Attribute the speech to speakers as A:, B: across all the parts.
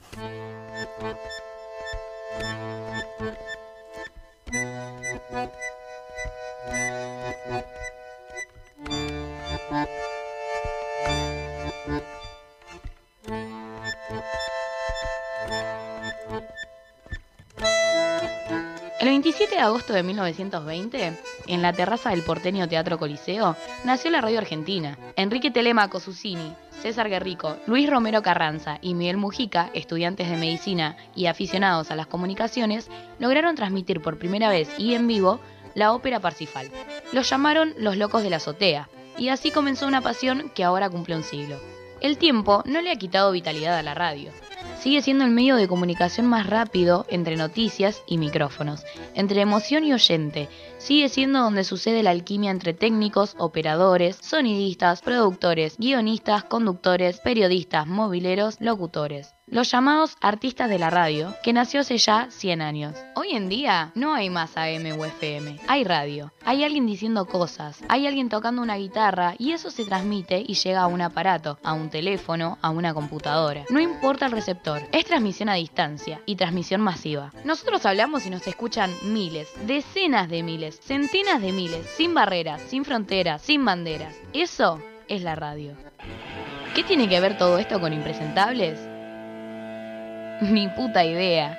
A: El 27 de agosto de 1920, en la terraza del porteño Teatro Coliseo, nació la radio argentina. Enrique Telemaco Susini, César Guerrico, Luis Romero Carranza y Miguel Mujica, estudiantes de medicina y aficionados a las comunicaciones, lograron transmitir por primera vez y en vivo la ópera Parsifal. Los llamaron Los Locos de la Azotea, y así comenzó una pasión que ahora cumple un siglo. El tiempo no le ha quitado vitalidad a la radio. Sigue siendo el medio de comunicación más rápido entre noticias y micrófonos, entre emoción y oyente. Sigue siendo donde sucede la alquimia entre técnicos, operadores, sonidistas, productores, guionistas, conductores, periodistas, mobileros, locutores. Los llamados artistas de la radio, que nació hace ya 100 años. Hoy en día no hay más AM o FM, hay radio. Hay alguien diciendo cosas, hay alguien tocando una guitarra y eso se transmite y llega a un aparato, a un teléfono, a una computadora. No importa el receptor, es transmisión a distancia y transmisión masiva. Nosotros hablamos y nos escuchan miles, decenas de miles, centenas de miles, sin barreras, sin fronteras, sin banderas. Eso es la radio. ¿Qué tiene que ver todo esto con Impresentables? Ni puta idea.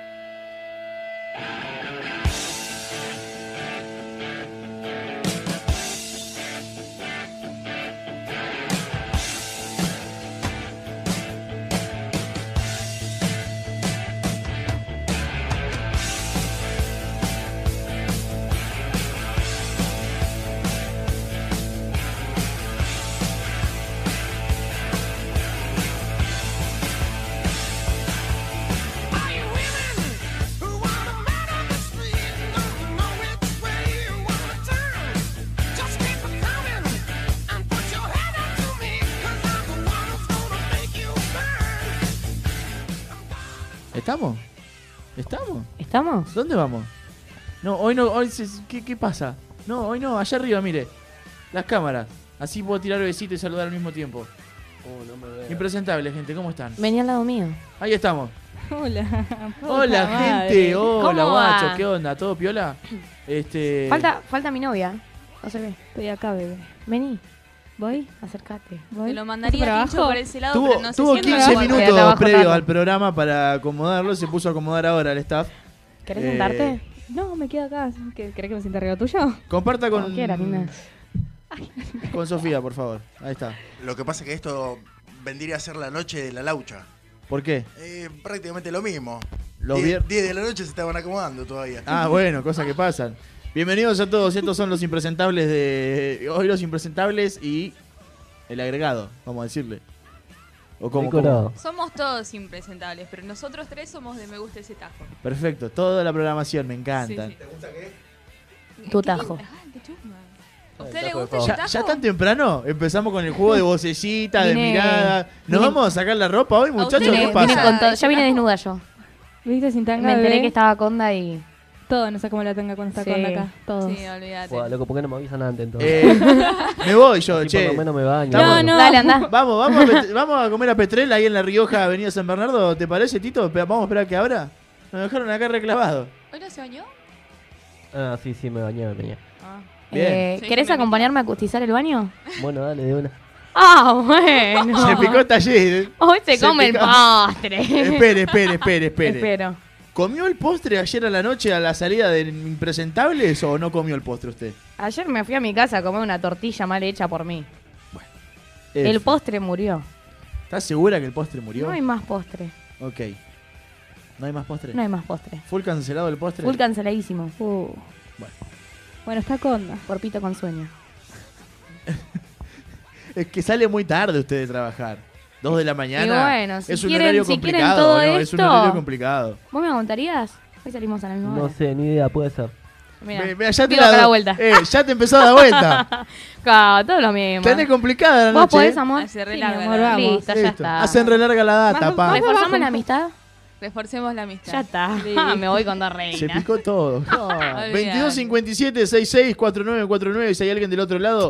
B: ¿Estamos? ¿Estamos?
A: ¿Estamos?
B: ¿Dónde vamos? No, hoy no, ¿qué pasa? No, hoy no, allá arriba, mire. Las cámaras. Así puedo tirar besitos y saludar al mismo tiempo.
C: No me veo.
B: Impresentable, gente, ¿cómo están?
A: Vení al lado mío.
B: Ahí estamos.
D: Hola.
B: Hola, gente. Hola,
A: ¿Cómo
B: guacho.
A: va?
B: ¿Qué onda? ¿Todo piola?
A: Falta mi novia. No se ve.
D: Estoy acá, bebé.
A: Vení. ¿Voy? Acércate.
D: ¿Voy?
E: Te lo mandaría
D: ¿Para
E: a Tincho
D: abajo?
E: por ese lado, pero no sé
B: Tuvo
E: si
B: 15
E: entra.
A: Voy
B: minutos
A: abajo,
B: previo
A: Carlos.
B: al programa para acomodarlo. Se puso a acomodar ahora el staff.
A: ¿Querés sentarte?
D: No, me quedo acá. ¿Querés que me siente arriba tuyo?
B: Comparta
A: Como
B: con,
A: quiera, Nina.
B: con Sofía, por favor. Ahí está.
C: Lo que pasa es que esto vendría a ser la noche de la laucha.
B: ¿Por qué?
C: Prácticamente lo mismo.
B: Los
C: 10
B: vier-
C: de la noche se estaban acomodando todavía.
B: Ah, bueno, cosas que pasan. Bienvenidos a todos. Estos son los impresentables de... Hoy los impresentables y el agregado, vamos a decirle. O como...
E: Somos todos impresentables, pero nosotros tres somos de Me Gusta Ese Tajo.
B: Perfecto. Toda la programación, me encanta.
E: Sí, sí.
C: ¿Te gusta qué?
A: Tu tajo.
E: Qué chusma. ¿A usted le gusta ese
B: ¿Ya,
E: tajo?
B: ya tan temprano? Empezamos con el juego de vocecita, de
A: Vine-
B: mirada. ¿Nos
A: vine-
B: vamos a sacar la ropa hoy, muchachos?
E: usted
B: ¿Qué
E: le-
B: pasa?
E: vine
A: con todo. Ya vine desnuda yo.
D: ¿Viste sin tanga,
A: Me enteré
D: bebé?
A: que estaba Conda y...
D: Todo, no sé cómo la tanga cuando está
A: Sí.
D: con acá. Todos.
E: Sí, olvídate.
F: Buah, loco, ¿por qué no me avisan antes entonces?
B: Me voy yo,
F: Así
B: che.
F: por lo menos me baño.
B: Estamos-
D: No.
A: Dale, andá.
B: Vamos a comer a Petrel ahí en La Rioja, Avenida San Bernardo. ¿Te parece, Tito? Vamos a esperar que abra. Nos dejaron acá reclavado.
E: ¿Hoy no se bañó?
F: Ah, sí, me bañé.
E: Ah.
B: Bien.
E: Sí,
A: ¿Querés
E: me
A: acompañarme a acustizar el baño?
F: Bueno, dale, de una.
A: Ah, bueno.
B: Se picó el taller.
A: Hoy se
B: Se
A: come el
B: picó.
A: postre.
B: Espere.
A: Espero.
B: ¿Comió el postre ayer a la noche a la salida de Impresentables o no comió el postre usted?
A: Ayer me fui a mi casa a comer una tortilla mal hecha por mí.
B: F.
A: El postre murió.
B: ¿Estás segura que el postre murió?
A: No hay más postre.
B: Ok. ¿No hay más postre?
A: No hay más postre.
B: ¿Full cancelado el postre?
A: Full canceladísimo.
D: Bueno, está Conda.
A: Por pito con sueño.
B: Es que sale muy tarde usted de trabajar. 2 de la mañana.
A: Y bueno, si
B: es un
A: quieren-
B: horario
A: si quieren
B: complicado,
A: todo
B: ¿no? Es un
A: esto-
B: horario complicado.
A: ¿Vos me aguantarías? Hoy salimos a la misma
F: No
A: hora.
F: sé, ni idea, puede ser.
A: Mirá,
B: Ve, ya te
A: pido acá la
B: da
A: vuelta.
B: ya te empezó a dar vuelta.
A: Claro, todo lo mismo.
B: Tenés complicada la
A: ¿Vos
B: noche.
A: podés, amor?
E: Se
D: Sí,
E: relarga.
D: mi amor,
E: la-
D: vamos.
A: Listo, ya
B: Listo.
A: está.
B: Hacen relarga la data,
D: Vamos,
B: pa.
D: vamos.
A: ¿Reforzamos la amistad?
E: Reforcemos la amistad.
A: Ya está.
D: Listo.
A: Me voy con dos reinas.
B: Se picó todo. No.
E: Olvidate.
B: 22 57 66 49 49. Si hay alguien del otro lado,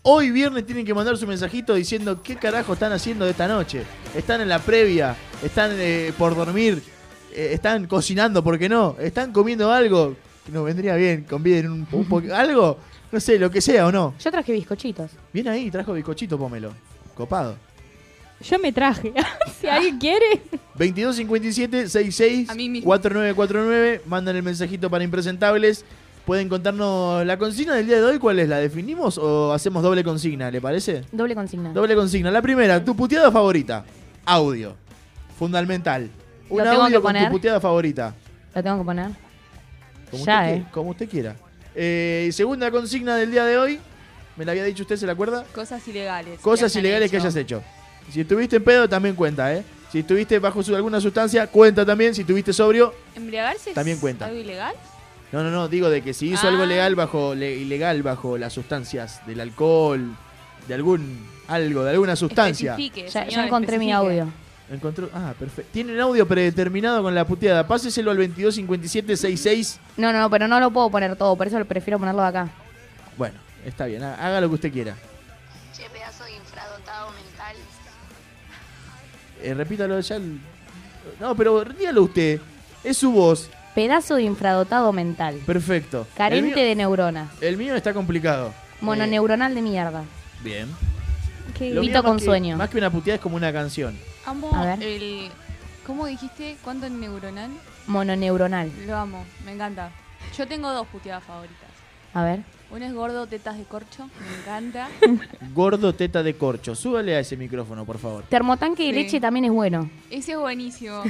B: Hoy viernes tienen que mandar su mensajito diciendo qué carajo están haciendo de esta noche. Están en la previa, están por dormir, están cocinando, ¿por qué no? Están comiendo algo que nos vendría bien, conviden algo, no sé, lo que sea o no.
A: Yo traje bizcochitos.
B: Bien ahí, trajo bizcochito, pómelo. Copado.
D: Yo me traje. Si alguien quiere.
B: 2257 66
E: A mí mismo.
B: 4949. Mandan el mensajito para impresentables. Pueden contarnos la consigna del día de hoy. ¿Cuál es? ¿La definimos o hacemos doble consigna? ¿Le parece?
A: Doble consigna.
B: Doble consigna. La primera, tu puteada favorita. Audio. Fundamental. Un
A: ¿Lo tengo
B: audio
A: que
B: con tu
A: poner?
B: puteada favorita.
A: ¿Lo tengo que poner?
B: Como
A: Ya,
B: usted quiera, como usted quiera. Segunda consigna del día de hoy. Me la había dicho usted, ¿se la acuerda?
E: Cosas ilegales.
B: Cosas ilegales que hayas hecho. Si estuviste en pedo, también cuenta, ¿eh? Si estuviste bajo alguna sustancia, cuenta también. Si estuviste sobrio,
E: ¿Embriagarse
B: También
E: es
B: cuenta.
E: algo ilegal?
B: no, digo de que si hizo algo legal ilegal bajo las sustancias del alcohol, de alguna sustancia.
E: Especifique,
A: Ya
E: señor,
A: encontré mi
E: especifique.
A: audio.
B: Encontró, perfecto. Tiene un audio predeterminado con la puteada. Páseselo al 2257 66.
A: No, pero no lo puedo poner todo, por eso prefiero ponerlo de acá.
B: Bueno, está bien, haga lo que usted quiera.
G: Che, pedazo de infradotado mental.
B: Repítalo ya. No, pero dígalo usted. Es su voz.
A: Pedazo de infradotado mental.
B: Perfecto.
A: Carente de neuronas.
B: El mío está complicado.
A: Mononeuronal de mierda.
B: Bien.
D: ¿Qué?
B: Lo mío
A: Vito
B: más
A: con
B: que-
A: sueño.
B: Más que una puteada es como una canción.
E: Amo
A: A ver.
E: ¿Cómo dijiste? ¿Cuánto en neuronal?
A: Mononeuronal.
E: Lo amo, me encanta. Yo tengo dos puteadas favoritas.
A: A ver.
E: Una es gordo, tetas de corcho, me encanta.
B: Gordo teta de corcho. Súbale a ese micrófono, por favor.
A: Termotanque de
E: Sí.
A: leche también es bueno.
E: Ese es buenísimo.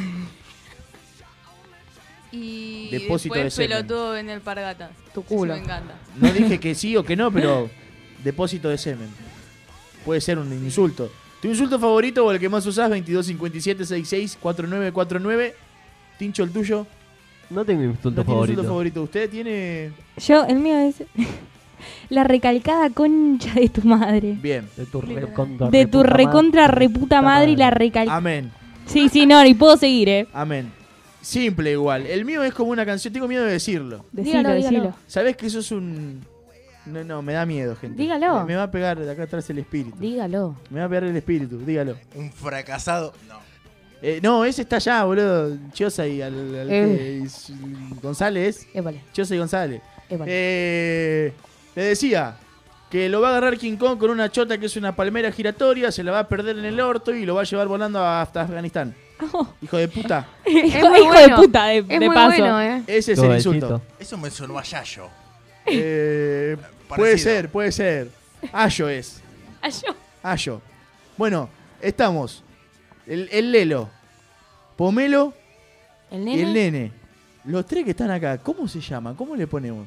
E: Y
B: Depósito
E: después
B: de semen.
E: pelotudo en el pargatas.
A: Tu
E: Ese
A: culo.
E: me encanta.
B: No dije que sí o que no, pero depósito de semen. Puede ser un insulto. ¿Tu insulto favorito o el que más usás? 2257 66 4949. Tincho, el tuyo.
F: No tengo
B: No
F: insulto
B: tiene
F: favorito.
B: insulto favorito. ¿Usted tiene...?
D: Yo, el mío es. La recalcada concha de tu madre.
B: Bien.
F: De tu
E: Literal.
F: recontra
D: De tu
F: reputa
D: recontra
F: madre.
D: reputa madre y la recalcada.
B: Amén.
D: Sí, no, y puedo seguir,
B: Amén. Simple igual. El mío es como una canción. Tengo miedo de decirlo.
D: Decilo,
A: Dígalo, dígalo.
D: decilo.
B: ¿Sabés que eso es un...? No, me da miedo, gente.
A: Dígalo.
B: Me va a pegar de acá atrás el espíritu.
A: Dígalo.
B: Me va a pegar el espíritu, dígalo.
C: Un fracasado. No.
B: No, ese está allá, boludo. Chosa y González.
A: Épale,
B: Chosa y González.
A: épale.
B: Le decía que lo va a agarrar King Kong con una chota que es una palmera giratoria, se la va a perder en el orto y lo va a llevar volando hasta Afganistán.
D: Oh,
B: Hijo de puta.
A: Es muy
D: hijo
A: bueno.
D: de puta, de
A: Es muy
D: paso.
A: bueno, ¿eh?
B: Ese es el insulto.
F: Suavecito.
C: Eso me sonó a Yayo.
B: Puede
C: Parecido.
B: puede ser. Ayo es. Ayo. Bueno, estamos. El Lelo, Pomelo
A: El
B: y
A: nene.
B: el nene. Los tres que están acá, ¿cómo se llaman? ¿Cómo le ponemos?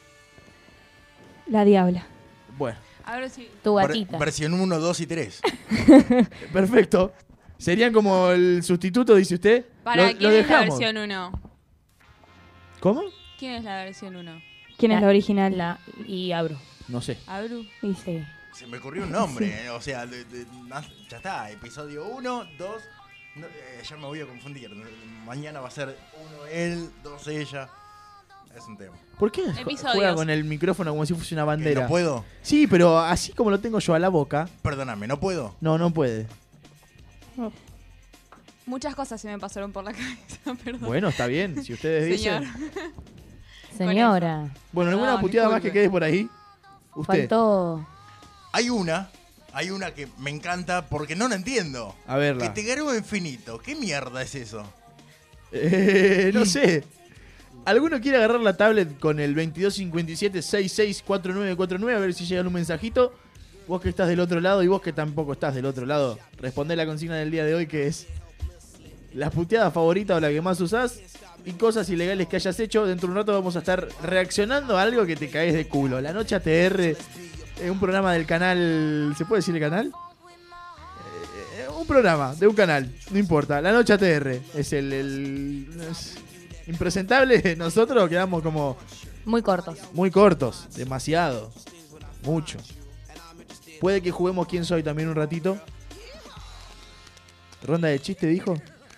D: La diabla.
B: Bueno,
E: A ver si.
A: Tu gatita.
C: Versión 1, 2 y 3.
B: perfecto. Serían como el sustituto, dice usted.
E: ¿Para
B: Lo
E: quién es la
B: dejamos.
E: versión 1?
B: ¿Cómo?
E: ¿Quién es la versión 1?
D: ¿Quién es la original?
A: Y abro.
B: No sé.
E: Abru.
D: Y sí.
C: Se me ocurrió un nombre. O sea, ya está. Episodio 1, 2. Ya me voy a confundir. Mañana va a ser 1 él, 2 ella. Es un tema.
B: ¿Por qué
E: Episodios.
B: juega con el micrófono como si fuese una
C: ¿Que
B: bandera?
C: ¿No puedo?
B: Sí, pero así como lo tengo yo a la boca,
C: Perdóname, ¿no puedo?
B: no puede.
E: Muchas cosas se me pasaron por la cabeza, perdón.
B: Bueno, está bien, si ustedes
E: Señor.
B: dicen.
A: Señora.
B: Bueno, ¿alguna
E: No,
B: puteada más que
E: disculpe.
B: quede por ahí? Usted.
A: Faltó.
C: Hay una que me encanta porque no la entiendo.
B: A
C: Que
B: verla.
C: te garbo infinito. ¿Qué mierda es eso?
B: No sé. ¿Alguno quiere agarrar la tablet con el 2257 664949 a ver si llega un mensajito? Vos que estás del otro lado y vos que tampoco estás del otro lado, respondé la consigna del día de hoy, que es la puteada favorita o la que más usás y cosas ilegales que hayas hecho. Dentro de un rato vamos a estar reaccionando a algo que te caes de culo. La Noche ATR, un programa del canal... ¿Se puede decir el canal? Un programa de un canal, no importa. La Noche ATR es es impresentable. Nosotros quedamos como
A: Muy cortos.
B: muy cortos, demasiado, mucho. Puede que juguemos quién soy también un ratito. Ronda de chiste, dijo.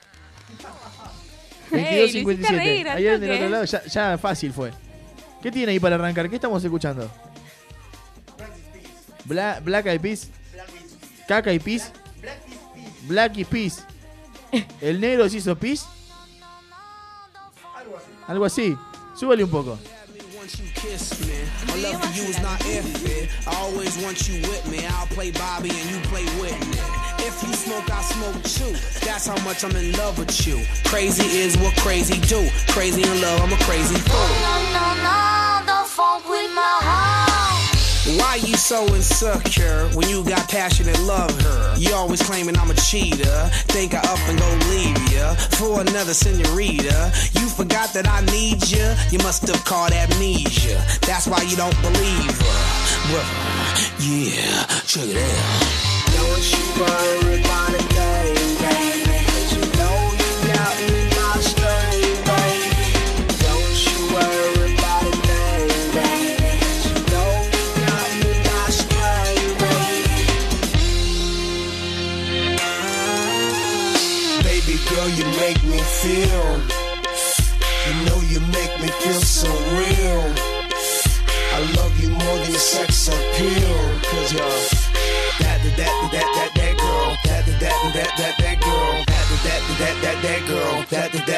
E: Ey, lo hiciste reír,
B: Ahí del
E: al toque.
B: otro lado ya fácil fue. ¿Qué tiene ahí para arrancar? ¿Qué estamos escuchando? Black Eyed Peas. Caca y Peas. Black y Peas. ¿El negro se hizo Peas? Algo así. Súbale un poco.
H: You kiss me. My love for you is not if it. I always want you with me. I'll play Bobby and you play Whitney. If you smoke, I smoke too. That's how much I'm in love with you. Crazy is what crazy do. Crazy in love, I'm a crazy fool.
G: No, don't fuck with my heart.
H: Why you so insecure when you got passion and love her? You always claiming I'm a cheater. Think I up and go leave ya for another senorita. You forgot that I need ya. You must have caught amnesia. That's why you don't believe her. But yeah, check it out. Don't you worry about a thing, baby. 'Cause you know you got me my string, baby. Don't you worry about a thing, baby. 'Cause you know you got me my string, baby. Baby girl, you make me feel. You know you make me feel so real. I love you more than your sex appeal. 'Cause you're that girl, that girl, that girl, that girl, that girl, that girl, that girl,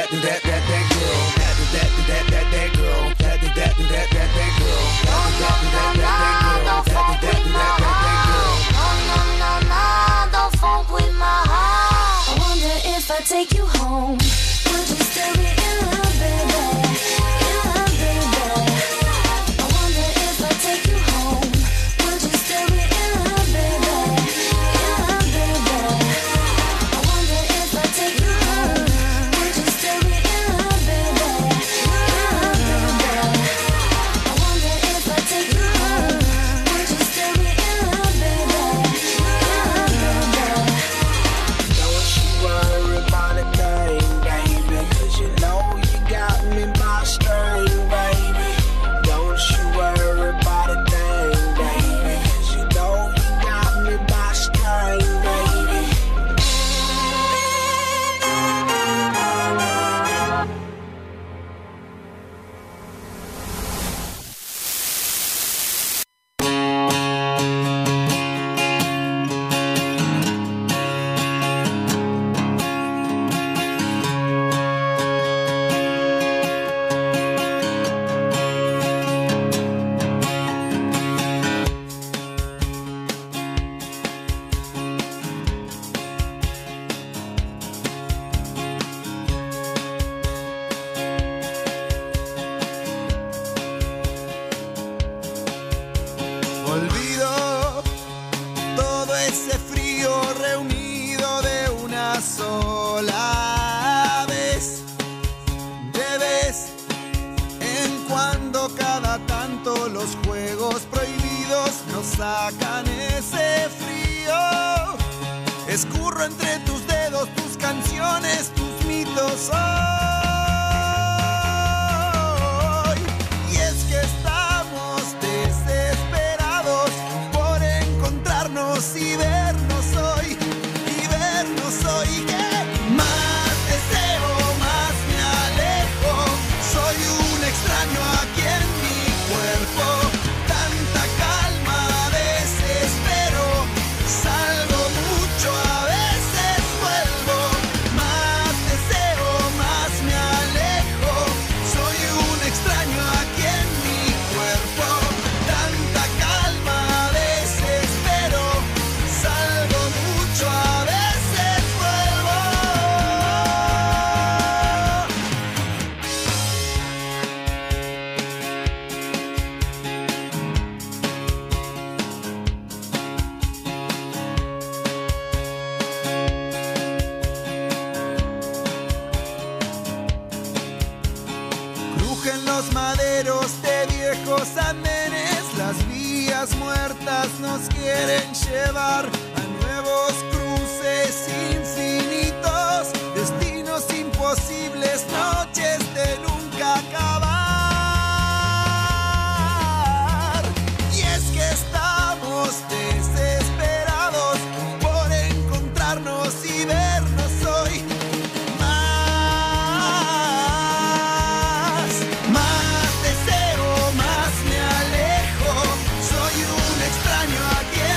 G: Don't fuck with my heart. I wonder if I take you home, would you still be in love, baby? In love, baby. I wonder if I take you home, would you still be in love, baby? In love, baby. I wonder if I take you home, would you still be in love, baby? In love, baby. I wonder if I take you home, would you still be in love, baby? In love, baby.
H: Don't you worry about a thing, baby. 'Cause you know you got me by string, baby. Don't you worry about a thing, baby. 'Cause you know you got me by string, baby.
I: Olvido todo ese frío reunido de una sola vez. De vez en cuando, cada tanto, los juegos prohibidos nos sacan ese frío. Escurro entre tus dedos tus canciones, tus mitos hoy. Y es que estamos desesperados por encontrarnos y vernos hoy. Y vernos hoy. Que más deseo, más me alejo. Soy un extraño aquí en mi cuerpo. Tanta calma, desespero. Salgo mucho, a veces vuelvo. Más deseo, más me alejo. Soy un extraño aquí en mi cuerpo. Tanta calma, desespero. Salgo mucho, a veces vuelvo. Crujen los maderos de viejos andenes, las vías muertas nos quieren llevar a nuevos cruces infinitos, destinos imposibles, noches de nunca acabar. Y es que estamos desesperados por encontrarnos y vernos hoy. Más deseo, más me alejo. Soy un extraño aquí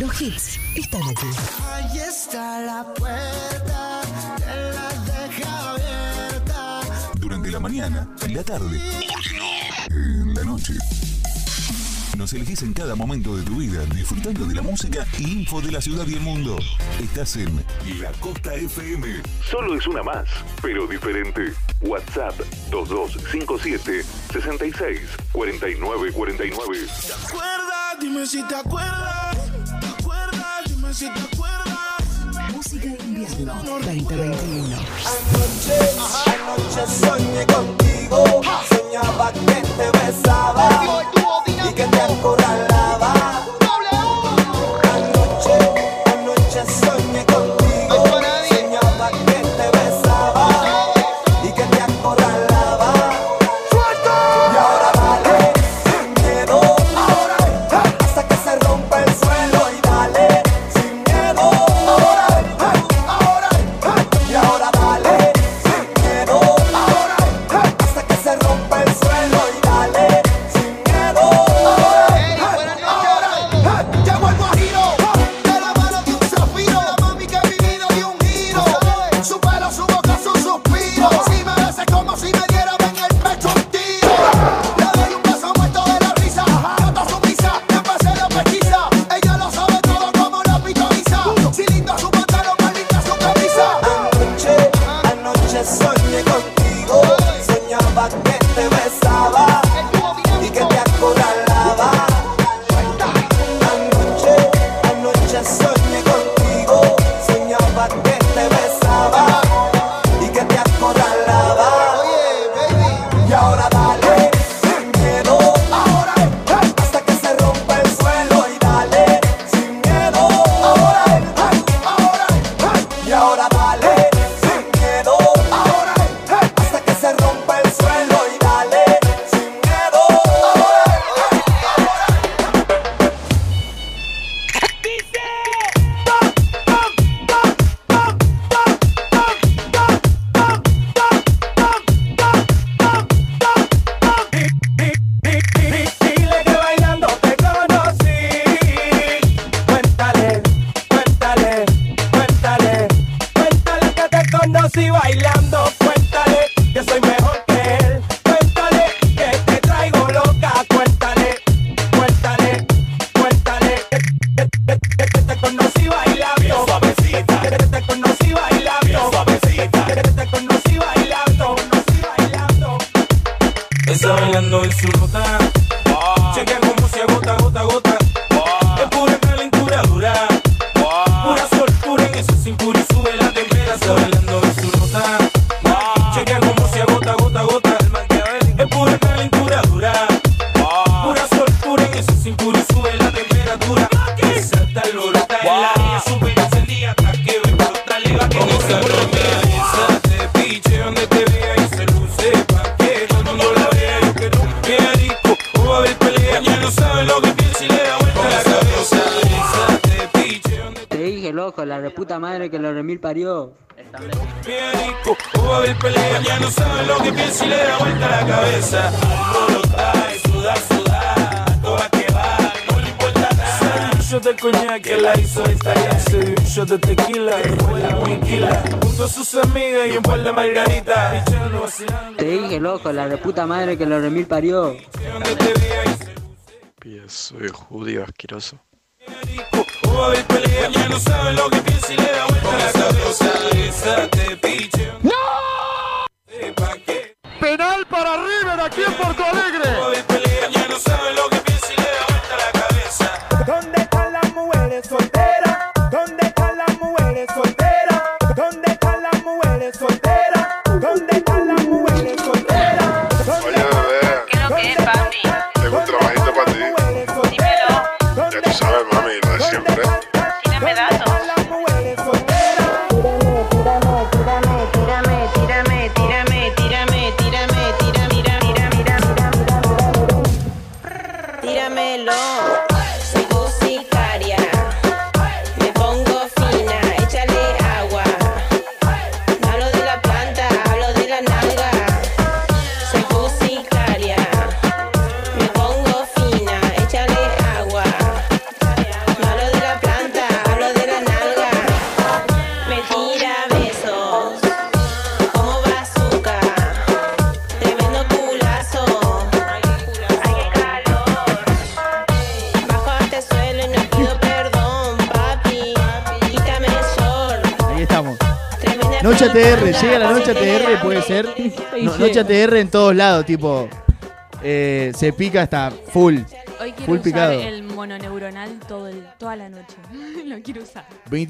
J: Los hits están aquí.
I: Ahí está la puerta, él la deja abierta.
K: Durante la mañana, en la tarde, ¿por qué no? En la noche. Nos elegís en cada momento de tu vida, disfrutando de la música y info de la ciudad y el mundo. Estás en La Costa FM. Solo es una más, pero diferente. WhatsApp 2257 66 49 49.
I: ¿Te acuerdas? Dime si te acuerdas. ¿Te acuerdas? Dime si te acuerdas.
J: Música de invierno 2021.
I: Anoche soñé contigo. Soñaba que te besaba y que te acorralaba. Anoche soñé contigo. Soñaba que te besaba y que te acorralaba. Y ahora dale, sin miedo, hasta que se rompa el suelo. Y dale, sin miedo, y ahora dale, sin miedo, hasta que se rompa el suelo. Y dale, sin miedo. Llego al guajiro, de la mano de un zafiro. La mami que he vivido de un giro. Su pelo, su boca, su suspiro. Si me besa como si me diera en el pecho un tiro. Le doy un beso muerto de la risa. Canta su misa, me pasé la pesquisa. Ella lo sabe todo como la pitoniza. Si lindo su pantalón, más linda su camisa. Anoche soñé contigo. Soñaba que te besaba y que te acorralaba. Anoche soñé contigo. Soñaba que te besaba y que te acorralaba. Y ahora dale, sin miedo, hasta que se rompa el suelo. Y dale, sin miedo, y ahora dale, sin miedo, hasta que se rompa el suelo. Y dale, sin miedo. Dile que bailando te conocí. Cuéntale, cuéntale, cuéntale, cuéntale que te conocí bailando. Cuéntale que soy mejor que él. Cuéntale que te traigo loca. Cuéntale, cuéntale, cuéntale que te conocí bailando. Suavecita, que te conocí bailando. Suavecita, que te conocí bailando.
L: Está bailando en su ruta. Chequea cómo se agota, gota, gota. Es pura calentura dura. Pura soltura en esa cintura y sube la temperatura. Está bailando en su ruta. Chequea cómo se agota, gota, gota. Es pura calentura dura. Pura soltura en esa cintura y sube la temperatura. Esa está lorota en la área súper encendida hasta que ve explotarle va con esa broma. Esa te piche donde te vea y se luce pa' que todo el mundo la vea. Yo quiero que rico, o va a haber pelea. Ya no sabe lo que piensa y le da vuelta la cabeza. Esa te piche donde
M: Te dije, loco, la reputa madre que lo remil parió.
L: vea rico, o va a haber pelea. Ya no sabe lo que piensa y le da vuelta la cabeza. Alborota y suda, suda, toda que va, no le importa nada. Un shot de coñac que la hizo estallar. Se dio un shot de tequila, fue la tequila. Junto a sus amigas y un par de margaritas. Pichando, vacilando.
M: Te dije, loco, la reputa madre que lo remil parió.
L: Donde te vea y se
N: Soy judío asqueroso.
L: o va a haber pelea. Ya no sabe lo que piensa y le da vuelta la cabeza. Esa te piche. ¡No! ¿Pa' qué?
B: Penal para River aquí en Porto Alegre.
L: O va a haber pelea. Ya no sabe lo que piensa y le da vuelta la cabeza.
I: ¿Dónde están las mujeres solteras? ¿Dónde están las mujeres solteras? ¿Dónde están las mujeres solteras? ¿Dónde están las mujeres solteras?
N: Oye, bebé.
E: ¿Qué es lo que es, papi?
N: Tengo un trabajito para ti.
E: Dímelo.
N: Ya tú sabes, mami, lo de siempre.
E: Tírame datos.
O: Tíramelo. Soy tu sicaria. Me pongo fina, échale agua. No hablo de la planta, hablo de la nalga.
B: noche ATR, llega la noche ATR, puede ser. No, noche ATR en todos lados, tipo. Se pica hasta full.
E: Hoy quiero
B: Full
E: usar
B: picado.
E: el mononeuronal toda la noche. Lo quiero usar.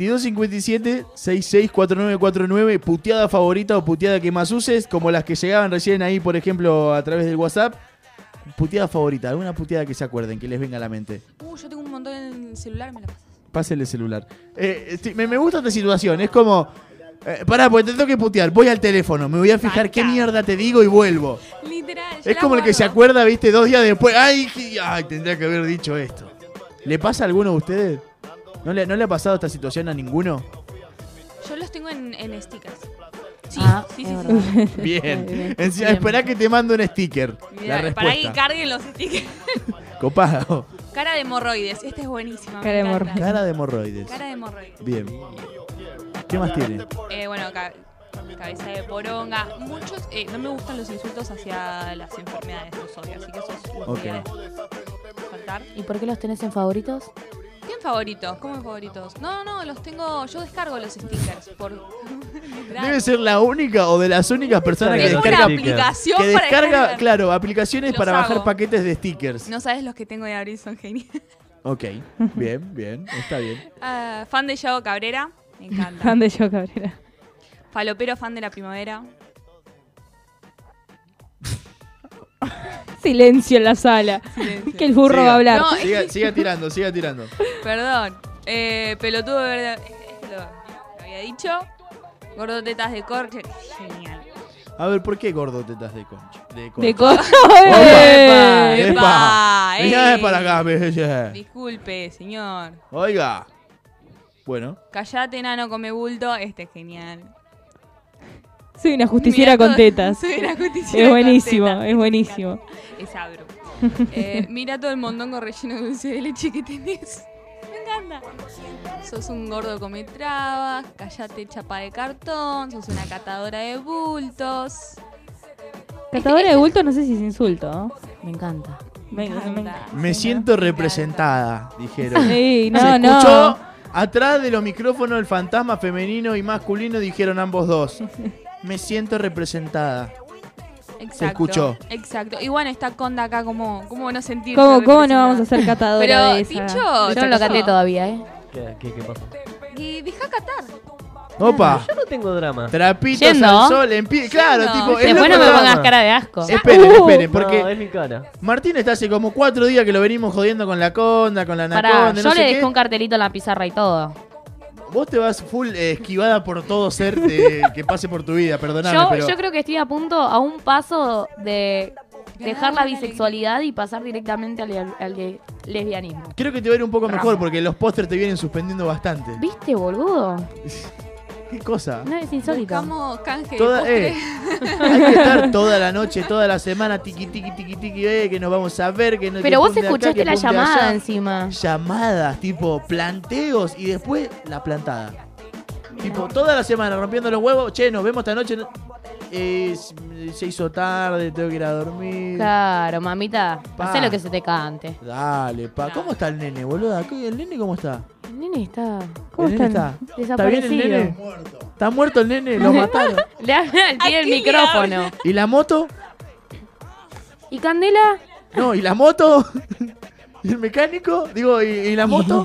B: 2257-664949. Puteada favorita o puteada que más uses, como las que llegaban recién ahí, por ejemplo, a través del WhatsApp. Puteada favorita, alguna puteada que se acuerden, que les venga a la mente.
E: Yo tengo un montón en el celular, me la pasas.
B: Pásenle el celular. Me gusta esta situación, es como. Pará, porque te tengo que putear. Voy al teléfono, me voy a fijar qué mierda te digo y vuelvo.
E: Literal.
B: Es como el que se acuerda, viste, 2 días después. Ay, tendría que haber dicho esto. ¿Le pasa a alguno de ustedes? ¿No le ha pasado esta situación a ninguno?
E: Yo los tengo en stickers. Sí, sí.
B: Bien. Encima, esperá que te mando un sticker. La
E: Mirá, para que
B: respuesta.
E: carguen los stickers.
B: Copado.
E: Cara de hemorroides. Esta es buenísima.
D: Cara de hemorroides.
B: Cara de hemorroides.
E: Cara de hemorroides.
B: Bien. ¿Qué más tiene?
E: Bueno, cabeza de poronga. Muchos, no me gustan los insultos hacia las enfermedades, los odio, así que esos los voy a faltar.
A: ¿Y por qué los tenés en favoritos?
E: ¿Tienen favoritos? ¿Cómo en favoritos? No, los tengo, yo descargo los stickers por...
B: Debe ser la única o de las únicas personas que
E: Tengo
B: descarga,
E: una aplicación
B: que
E: para
B: descarga,
E: descargar.
B: claro, aplicaciones
E: Los
B: para bajar
E: hago.
B: paquetes de stickers.
E: No sabes los que tengo de abrir, son geniales.
B: Ok, bien, está bien.
E: Fan de Yago Cabrera, me encanta.
D: Fan de Yago Cabrera.
E: Falopero, fan de la primavera.
D: Silencio en la sala.
E: Silencio.
D: Que el burro
B: Siga.
D: va a hablar.
E: No,
B: Siga tirando.
E: Perdón. Pelotudo verde. Este lo había dicho. Gordo tetas de corche. Genial.
B: A ver, ¿por qué gordo tetas de concha?
D: De concha.
B: ¡Epa!
E: ¡Epa!
B: Venía para acá, bella.
E: Disculpe, señor.
B: Oiga. Bueno.
E: Callate, nano, come bulto. Este es genial.
D: Soy una justiciera
E: Mirá
D: con
E: todo-
D: tetas.
E: Soy una justiciera
D: Es
E: con
D: buenísimo,
E: tetas.
D: es buenísimo.
E: Es abro. Mira todo el mondongo relleno de dulce de leche que tenés. Me encanta. Sos un gordo come trabas. Callate, chapa de cartón. Sos una catadora de bultos.
D: Catadora de bulto no sé si es insulto, ¿no?
A: Me encanta.
B: Me siento representada, dijeron.
D: Sí,
B: Se
D: no.
B: escuchó atrás de los micrófonos el fantasma femenino y masculino, dijeron ambos dos. Me siento representada.
E: Exacto.
B: Se escuchó.
E: Exacto. Y bueno, está Conda acá, ¿cómo no sentirse
D: ¿Cómo no vamos a
E: representada?
D: ser catadora
E: Pero,
D: de esa?
E: Tincho,
A: Yo no lo canté todavía, ¿eh?
F: ¿Qué pasó?
E: Y deja catar.
B: Opa.
F: Yo no tengo drama.
B: Trapitos
A: Yendo.
B: al sol en pie. Claro,
E: Yendo.
B: tipo. es
A: Después
B: lo
A: no me
B: que-
A: pongas cara de asco.
B: Esperen, porque
F: No, es mi cara.
B: Martín está hace como 4 días que lo venimos jodiendo con la conda, con la
A: Pará,
B: anaconda,
A: yo
B: no
A: le
B: sé
A: dejé
B: qué.
A: un cartelito en la pizarra y todo.
B: Vos te vas full esquivada por todo ser que pase por tu vida, perdóname, pero...
A: Yo creo que estoy a un paso de dejar la bisexualidad y pasar directamente al lesbianismo.
B: Creo que te va a ir un poco mejor porque los pósters te vienen suspendiendo bastante.
A: ¿Viste, boludo?
B: ¿Qué cosa?
A: No es insólito.
E: Buscamos canje
B: Toda-
E: de
B: Hay que estar toda la noche, toda la semana, tiqui, que nos vamos a ver, que no.
A: Pero
B: que
A: vos
B: pum de acá,
A: escuchaste
B: que
A: la
B: pum de
A: llamada
B: allá.
A: encima.
B: Llamadas, tipo planteos y después la plantada. Tipo, toda la semana rompiendo los huevos. Che, nos vemos esta noche. Se hizo tarde, tengo que ir a dormir.
A: Claro, mamita,
B: Pa.
A: hacé lo que se te cante.
B: Dale, pa. ¿Cómo está el nene, boluda? ¿El nene cómo está?
A: El nene está
D: ¿Cómo
B: ¿El nene
D: están?
B: ¿Está bien el
A: desaparecido.
B: nene? ¿Está muerto el nene? ¿Lo mataron?
A: Le habla al pie del micrófono.
B: ¿Y la moto?
A: ¿Y Candela?
B: No, ¿y la moto? ¿Y el mecánico? Digo, ¿y la moto?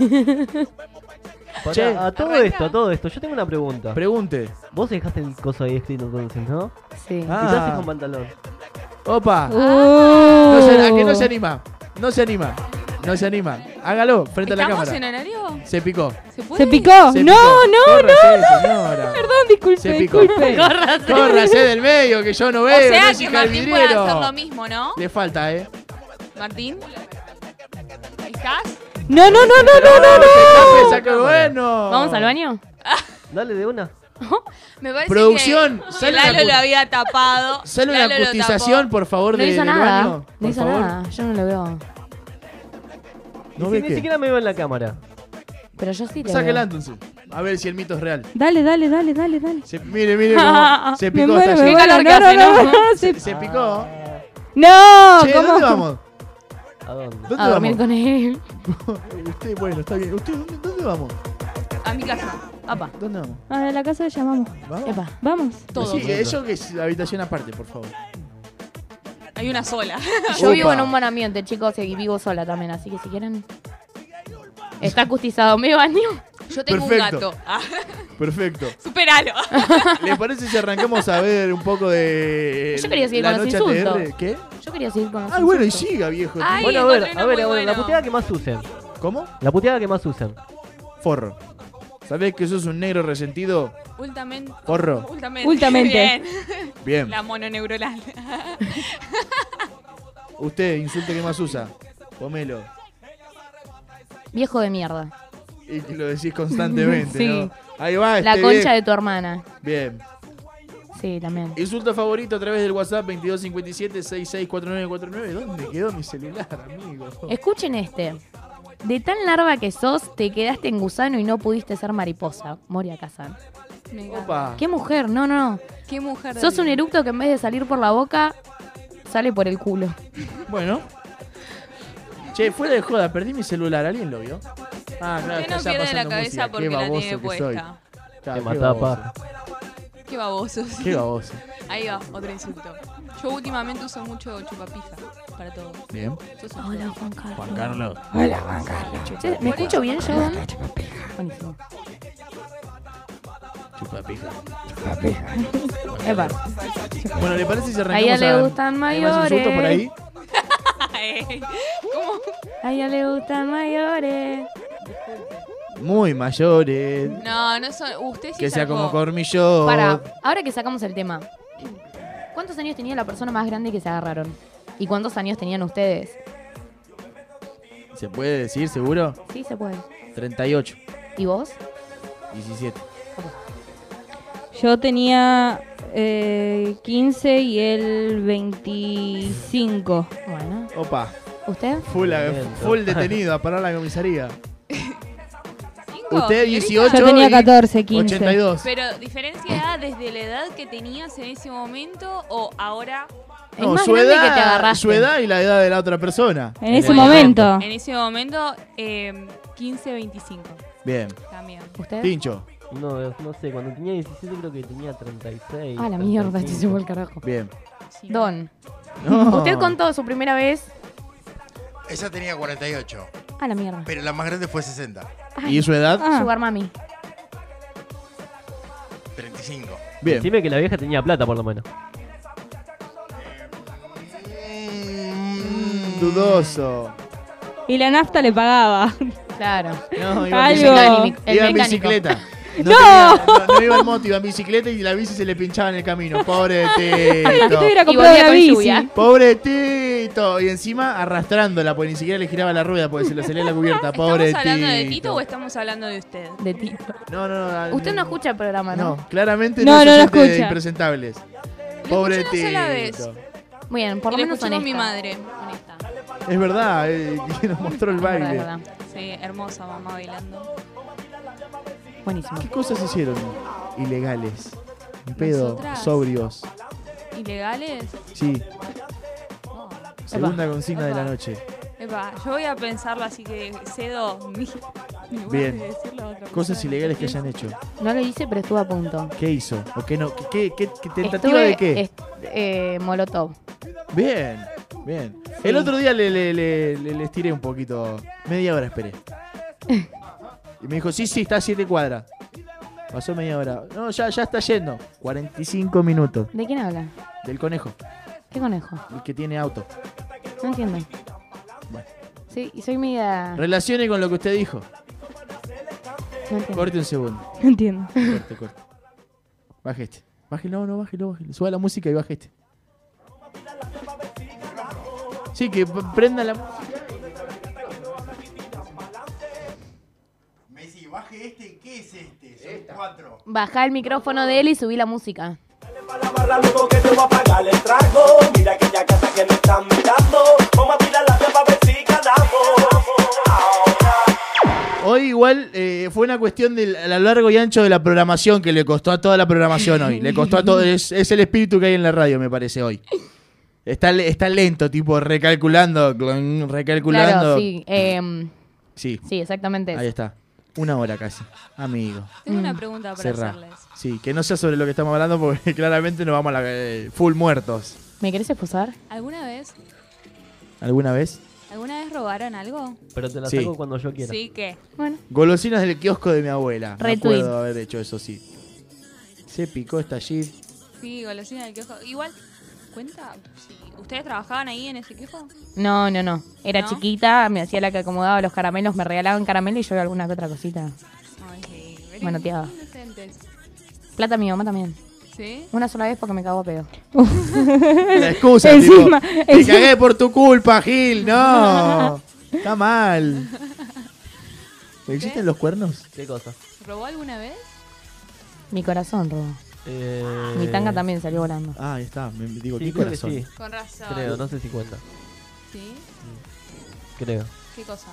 F: Pará,
B: Che.
F: a todo esto, yo tengo una pregunta.
B: Pregunte.
F: Vos dejaste el coso ahí escrito entonces, ¿no?
A: Sí.
F: ¿Y qué haces con pantalón?
B: Opa.
D: Uh.
B: No se, ¿a que no se anima? No se anima. No se anima. Hágalo frente a la
E: ¿Estamos
B: cámara.
E: en horario?
B: Se picó.
E: ¿Se puede?
D: ¿Se picó?
B: Se
D: No,
B: picó.
D: no,
B: Córrase,
D: no.
B: señora.
D: Perdón, disculpe,
B: Se picó.
D: disculpe.
B: Córrase del medio que yo no
E: O
B: veo.
E: sea
B: no
E: que
B: es hija del
E: Martín puede
B: vidriero.
E: hacer lo mismo, ¿no?
B: Le falta,
E: Martín. ¿Estás?
D: No, no, no, no, no, no, no.
B: Saca bueno.
A: ¿Vamos al baño?
F: Dale de una.
E: Me parece
B: Producción,
E: que
B: sale
E: Lalo
B: una-
E: lo había tapado.
B: Sale una
E: Lalo lo
B: acustización,
E: tapó.
B: por favor,
A: No hizo
B: del
A: nada.
B: baño.
A: No
B: Por
A: hizo
B: favor.
A: nada. Yo no lo veo.
B: ¿No
F: Y
B: ve
F: si ni
B: qué?
F: siquiera me veo en la cámara.
A: Pero yo sí te
B: Sáquela
A: veo.
B: entonces. A ver si el mito es real.
D: Dale, dale, dale, dale, dale.
B: Mire, mire cómo se
D: Me
B: picó.
D: muero,
B: Está
D: me
B: lleno.
D: muero.
A: calor que
D: No, no,
A: hace,
D: no,
A: ¿no?
D: no,
B: Se picó.
D: No,
B: Che,
D: ¿cómo?
B: ¿dónde vamos?
F: ¿A dónde?
B: ¿Dónde
A: A dormir
B: vamos?
A: con él.
B: Usted, bueno, está bien. ¿Usted dónde vamos?
E: A mi casa.
A: Apa.
B: ¿Dónde vamos?
D: A la casa llamamos.
B: ¿Vamos?
A: Epa.
D: Vamos.
E: Todos.
B: Sí, eso que es habitación aparte, por favor.
E: Hay una sola.
A: Yo vivo
B: Opa.
A: en un buen ambiente, chicos, y vivo sola también, así que si quieren. Está acustizado, me baño.
E: Yo tengo
B: Perfecto.
E: un gato. Ah,
B: Perfecto.
E: superalo.
B: ¿Les parece si arrancamos a ver un poco de
A: Yo quería seguir
B: la
A: con los
B: noche
A: insultos.
B: ATR? ¿Qué?
A: Yo quería seguir con los
B: Ah, bueno, y
A: insultos.
B: siga, viejo.
E: Ay,
F: Bueno,
E: encontré uno muy
F: la
E: bueno.
F: puteada que más usen.
B: ¿Cómo?
F: La puteada que más usan.
B: Forro. ¿Sabés que sos un negro resentido?
E: Ultamente.
B: Porro.
D: Ultamente.
E: Bien.
B: Bien.
E: La mononeuronal.
B: Usted, insulto que más usa. Pomelo.
A: Viejo de mierda.
B: Y que lo decís constantemente,
A: Sí.
B: ¿no? Ahí va,
A: La
B: este
A: concha
B: viejo.
A: de tu hermana.
B: Bien.
A: Sí, también.
B: Insulto favorito a través del WhatsApp 2257-664949. ¿Dónde quedó mi celular, amigo?
A: Escuchen este. De tan larva que sos, te quedaste en gusano y no pudiste ser mariposa. Moria Kazan.
E: Me encanta.
B: Opa.
A: ¿Qué mujer? No, no.
E: Qué mujer. de
A: Sos un
E: vida.
A: eructo que en vez de salir por la boca, sale por el culo.
B: Bueno. Che, fuera de joda, perdí mi celular. ¿Alguien lo vio? Ah, claro,
E: Usted no
B: está
E: pierde la
B: pasando
E: cabeza
B: música.
E: porque
B: Qué
E: la
B: baboso
E: tiene
B: que soy.
E: puesta.
B: Claro,
F: Te
B: qué
F: mataba,
B: baboso.
F: paja.
E: Qué baboso. sí.
B: Qué baboso.
E: Ahí va, otro insulto. Yo últimamente uso mucho chupapija para todo.
B: Bien.
E: Sos un
A: Hola,
E: joven.
A: Juan Carlos.
B: Juan Carlos.
J: Hola, Juan Carlos.
A: Che, ¿me escucho bien yo? Buenísimo.
B: Chupa pija.
A: Epa.
B: Bueno, ¿le parece si
A: A
B: arrancamos
A: ella le gustan
B: ¿Hay más insultos por ahí?
A: mayores.
E: ¿Cómo?
A: A ella le gustan mayores.
B: Muy mayores.
E: No, no son. Usted sí
B: Que sea
E: sacó.
B: como Cormillot.
A: Para, ahora que sacamos el tema, ¿cuántos años tenía la persona más grande que se agarraron? ¿Y cuántos años tenían ustedes?
B: ¿Se puede decir, seguro?
A: Sí, se puede.
B: 38.
A: ¿Y vos?
B: 17.
D: Yo tenía 15 y él 25.
A: Bueno.
B: Opa.
A: ¿Usted?
B: Full detenido a parar la comisaría.
E: ¿Cinco?
B: Usted 18
D: Yo tenía
B: y
D: 14, 15.
B: 82.
E: Pero, ¿diferencia de edad desde la edad que tenías en ese momento o ahora?
A: Es
B: No,
A: más
B: su
A: grande
B: edad,
A: que te agarraste.
B: su edad y la edad de la otra persona.
D: En ese
B: el
D: momento.
E: En ese momento, 15, 25.
B: Bien.
E: También.
A: ¿Usted?
B: Pincho.
F: No sé, cuando tenía 17 creo que tenía 36.
A: Ah, la mierda, este
F: 35.
A: se fue el carajo.
B: Bien.
E: Sí.
A: Don,
B: No.
A: usted contó su primera vez.
C: Esa tenía 48,
A: A la mierda.
C: pero la más grande fue 60.
B: ¿Y su edad?
D: Ah.
A: Sugar Mami.
C: 35.
B: Bien.
F: Decime que la vieja tenía plata por lo menos.
B: Dudoso.
D: Y la nafta le pagaba.
A: Claro.
B: No, iba
D: Algo.
B: iba en
A: mecánico.
B: bicicleta.
D: ¡No!
B: No iba en moto, iba en bicicleta y la bici se le pinchaba en el camino. Pobre
D: Ay, que te hubiera
B: Tito.
D: comprado
A: volvía
D: una
A: con
D: bici.
A: lluvia.
B: Pobre Tito. Y encima arrastrándola, porque ni siquiera le giraba la rueda porque se le salía la cubierta. Pobre
E: ¿Estamos hablando de
B: Tito.
E: Tito o estamos hablando de usted?
A: De Tito.
B: No.
A: Usted no escucha el programa, ¿no?
B: No, claramente
D: No,
B: no,
D: no
B: es
D: lo
B: oyente de
D: escucha.
B: Impresentables.
E: Lo
B: Pobre
E: escuché una sola vez.
B: Tito.
A: Muy bien, por
E: Y
A: lo
E: lo
A: menos
E: escuché con mi
A: honesta.
E: madre. Honesta.
B: Es verdad, que nos mostró el
A: Verdad,
B: baile.
A: verdad.
E: Sí, hermosa mamá bailando.
A: Buenísimo.
B: ¿Qué cosas hicieron ilegales? En pedo,
E: Nosotras.
B: sobrios.
E: ¿Ilegales?
B: Sí,
E: Oh.
B: segunda consigna de la
E: Epa.
B: noche.
E: Epa, yo voy a pensarlo así que cedo mi. en lugar
B: Bien.
E: de decirlo a otra
B: Cosas
E: persona.
B: ilegales que hayan hecho.
A: No lo hice, pero estuve a punto.
B: ¿Qué hizo? ¿O qué no? ¿Qué tentativa de qué?
A: Molotov.
B: Bien, bien. El otro día le estiré un poquito. Media hora esperé. Y me dijo, sí, está a 7 cuadras. Pasó media hora. No, ya está yendo. 45 minutos.
A: ¿De quién habla?
B: Del conejo.
A: ¿Qué conejo?
B: El que tiene auto.
A: No entiendo.
B: Bueno.
A: Sí, y soy media...
B: Relacione con lo que usted dijo.
A: No entiendo.
B: Corte un segundo.
D: No entiendo.
B: Corte. Baje este. Bájelo. Suba la música y baje este. Sí, que prenda la música.
C: Messi, baje este. ¿Qué es este? Son 4.
A: Bajá el micrófono de él y subí la música.
L: La barra luego que te voy a pagar el trago. Mira aquella casa que me están mirando. Vamos a tirar la fe para ver si ganamos.
B: Hoy igual fue una cuestión a lo largo y ancho de la programación que le costó a toda la programación hoy. Le costó a todo. Es el espíritu que hay en la radio, me parece, hoy. Está lento, tipo recalculando.
A: Claro, sí.
B: Sí,
A: Sí, exactamente
B: ahí
A: eso.
B: está. 1 hora casi, amigo.
E: Tengo una pregunta para
B: Cerrá.
E: hacerles.
B: Sí, que no sea sobre lo que estamos hablando porque claramente nos vamos a la full muertos.
A: ¿Me querés esposar?
E: ¿Alguna vez
B: ¿Alguna vez?
E: robaron algo?
F: Pero te la
B: Sí.
F: saco cuando yo quiera.
E: Sí, ¿qué?
A: Bueno.
B: Golosinas del kiosco de mi abuela. Me
A: Retweet.
B: acuerdo haber hecho eso, sí. Se picó esta shit.
E: Sí, golosina del kiosco. Igual, ¿cuenta? Si ¿ustedes trabajaban ahí en ese kiosco?
A: No. Era
E: ¿No?
A: chiquita, me hacía la que acomodaba los caramelos, me regalaban caramelos y yo alguna que otra cosita.
E: Ay, sí.
A: Manoteaba.
E: Inocentes.
A: Plata mi mamá también.
E: ¿Sí?
A: Una sola vez porque me cagó a pedo.
B: La excusa,
A: Encima,
B: tipo, te
A: encima.
B: cagué por tu culpa, Gil. No, está mal. ¿Existen los cuernos?
F: ¿Qué cosa?
E: ¿Robó alguna vez?
A: Mi corazón, Robo. Mi tanga también salió volando.
B: Ah, ahí está. Me digo,
F: Sí,
B: ¿qué
F: creo que
B: corazón?
F: sí.
E: Con razón.
F: Creo, no sé si cuenta.
E: ¿Sí?
F: Creo.
E: ¿Qué cosa?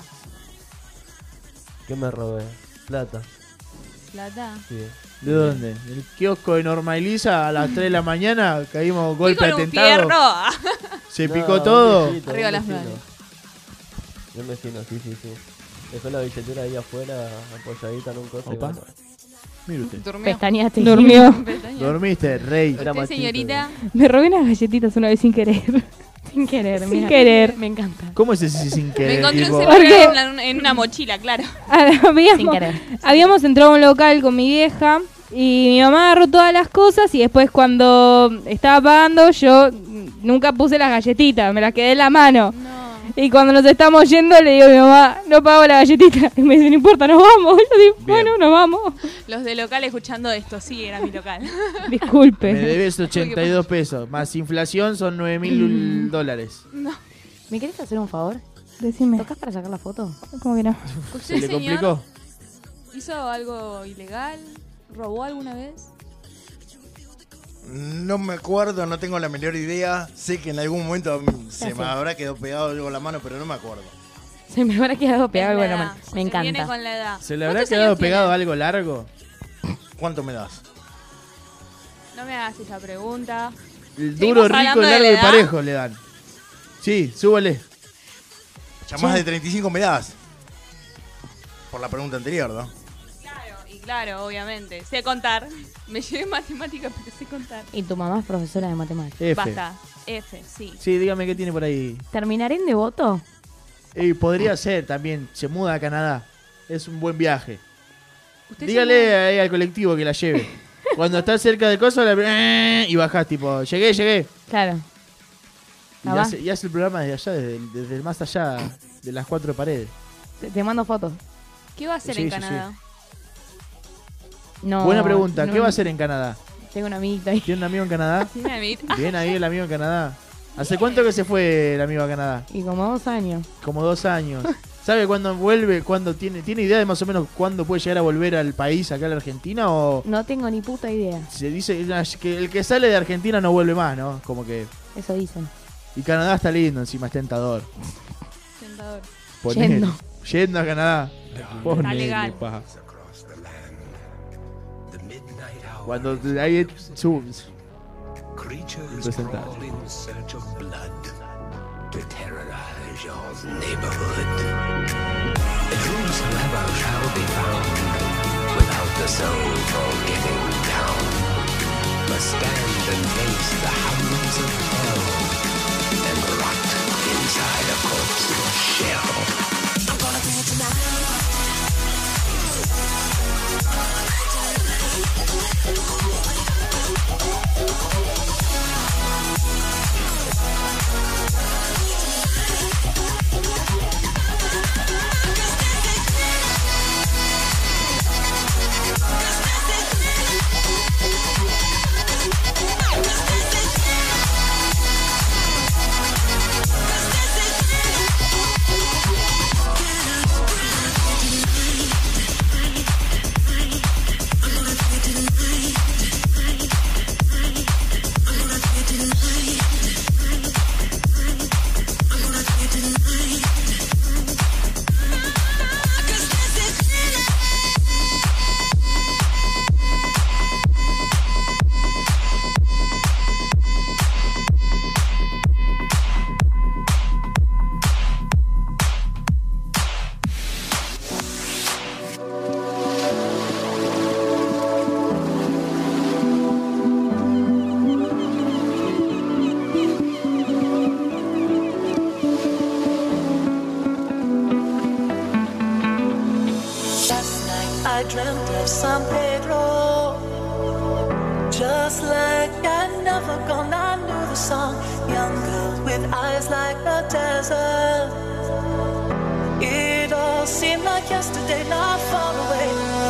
F: ¿Qué me robé? Plata.
E: ¿Plata?
F: Sí.
B: ¿De dónde? ¿El kiosco de Norma Elisa a las 3 de la mañana? Caímos golpe
E: Fui con un
B: atentado.
E: fierro.
B: Se picó todo.
E: Arriba las manos.
F: Un vecino, sí. Dejó la billetera ahí afuera, apoyadita en un coso. y
B: Opa.
F: bueno.
B: Mire usted.
E: Durmió.
A: Pestañaste.
D: Durmió.
E: Pestaña.
B: Dormiste, rey.
F: Era
E: ¿Usted,
F: machito,
E: señorita?
D: Me robé unas galletitas una vez sin querer.
A: Sin querer,
D: Sin
A: mira.
D: querer.
A: Me encanta.
B: ¿Cómo es ese sin
E: Me
B: querer?
E: encontré
B: tipo?
E: un
D: ¿Por qué?
E: celular en una mochila, claro.
A: Sin querer.
D: Habíamos entrado a un local con mi vieja y mi mamá agarró todas las cosas y después cuando estaba pagando yo nunca puse las galletitas, me las quedé en la mano. Y cuando nos estamos yendo le digo a mi mamá, no pago la galletita. Y me dice, no importa, nos vamos. Y yo digo, bueno, nos vamos.
E: Los de local escuchando esto, sí, era mi local.
D: Disculpe.
B: Me debes 82 pesos. Más inflación son $9.000.
E: No.
A: ¿Me querés hacer un favor?
D: Decime.
A: ¿Tocás para sacar la foto?
D: ¿Cómo que no?
E: ¿Usted,
B: ¿Se le
E: señor,
B: complicó?
E: hizo algo ilegal? ¿Robó alguna vez?
C: No me acuerdo, no tengo la menor idea. Sé que en algún momento se me habrá quedado pegado algo en la mano, pero no me acuerdo.
A: Se me habrá quedado pegado algo en la
E: edad.
A: mano. Me
E: Se viene
A: encanta.
E: con la edad.
B: ¿Se le habrá
E: ¿Cuántos
B: quedado
E: años
B: pegado
E: tiene?
B: algo largo?
C: ¿Cuánto me das?
E: No me hagas esa pregunta.
B: El
E: ¿Seguimos
B: duro, rico,
E: hablando de
B: largo
E: la
B: y
E: edad?
B: parejo le dan. Sí, súbale.
C: Ya más de 35 me das. Por la pregunta anterior, ¿no?
E: Claro, obviamente. Sé contar. Me llevé matemáticas, pero sé contar.
A: Y tu mamá es profesora de matemáticas.
B: F.
E: Basta. F, sí.
B: Sí, dígame qué tiene por ahí.
A: ¿Terminaré en Devoto?
B: Podría ser también. Se muda a Canadá. Es un buen viaje.
E: ¿Usted
B: Dígale ahí al colectivo que la lleve. Cuando estás cerca del coso y bajás, tipo, llegué.
A: Claro.
B: Y hace el programa desde allá, desde el más allá de las 4 paredes.
A: Te mando fotos.
E: ¿Qué va a hacer
B: Sí,
E: en
B: sí,
E: Canadá?
A: No,
B: Buena pregunta.
A: no,
B: ¿Qué va a hacer en Canadá?
A: Tengo una amiguita ahí.
B: ¿Tiene un amigo en Canadá?
E: ¿Tiene una amiguita?
B: Bien ahí el amigo en Canadá. ¿Hace cuánto que se fue el amigo a Canadá?
A: Y como 2 años.
B: Como 2 años. ¿Sabe cuándo vuelve? ¿Cuándo tiene idea de más o menos cuándo puede llegar a volver al país, acá a la Argentina? ¿O
A: No tengo ni puta idea.
B: se dice que el que sale de Argentina no vuelve más, ¿no? Como que...
A: Eso dicen.
B: Y Canadá está lindo, encima es tentador.
E: Tentador.
B: Ponele. Yendo a Canadá. Ponele,
E: legal.
B: pa. Cuando ahí subes.
K: Creatures
B: Presentado.
K: crawl in search of blood to terrorize your neighborhood. And whosoever shall be found without the soul for getting down must stand and face the hounds of hell and rot inside a corpse's shell. I'm gonna do it tonight.
P: dreamt of San Pedro. Just like I never gone, I knew the song. Young girl with eyes like the desert. It all seemed like yesterday, not far away.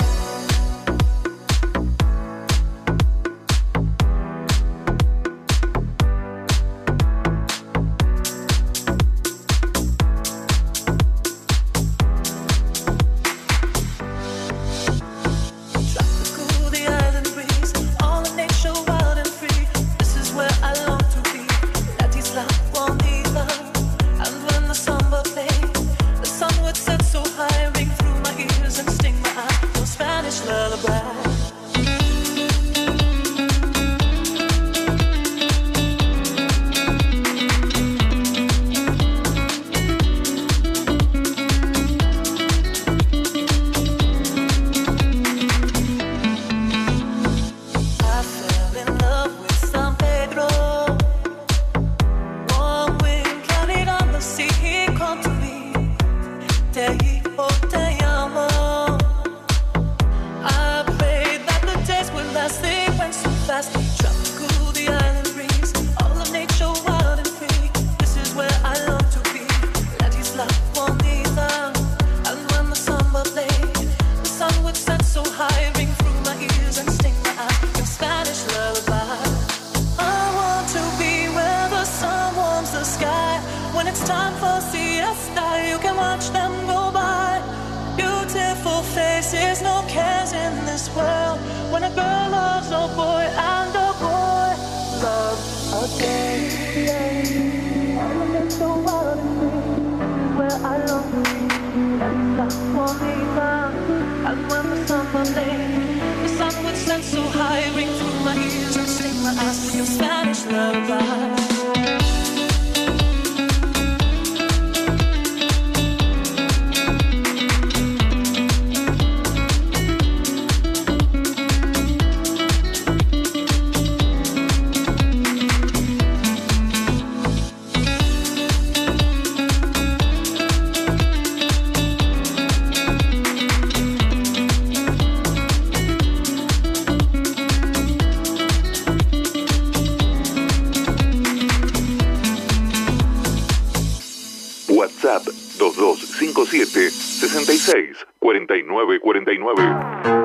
K: WhatsApp 2257 66 49 49.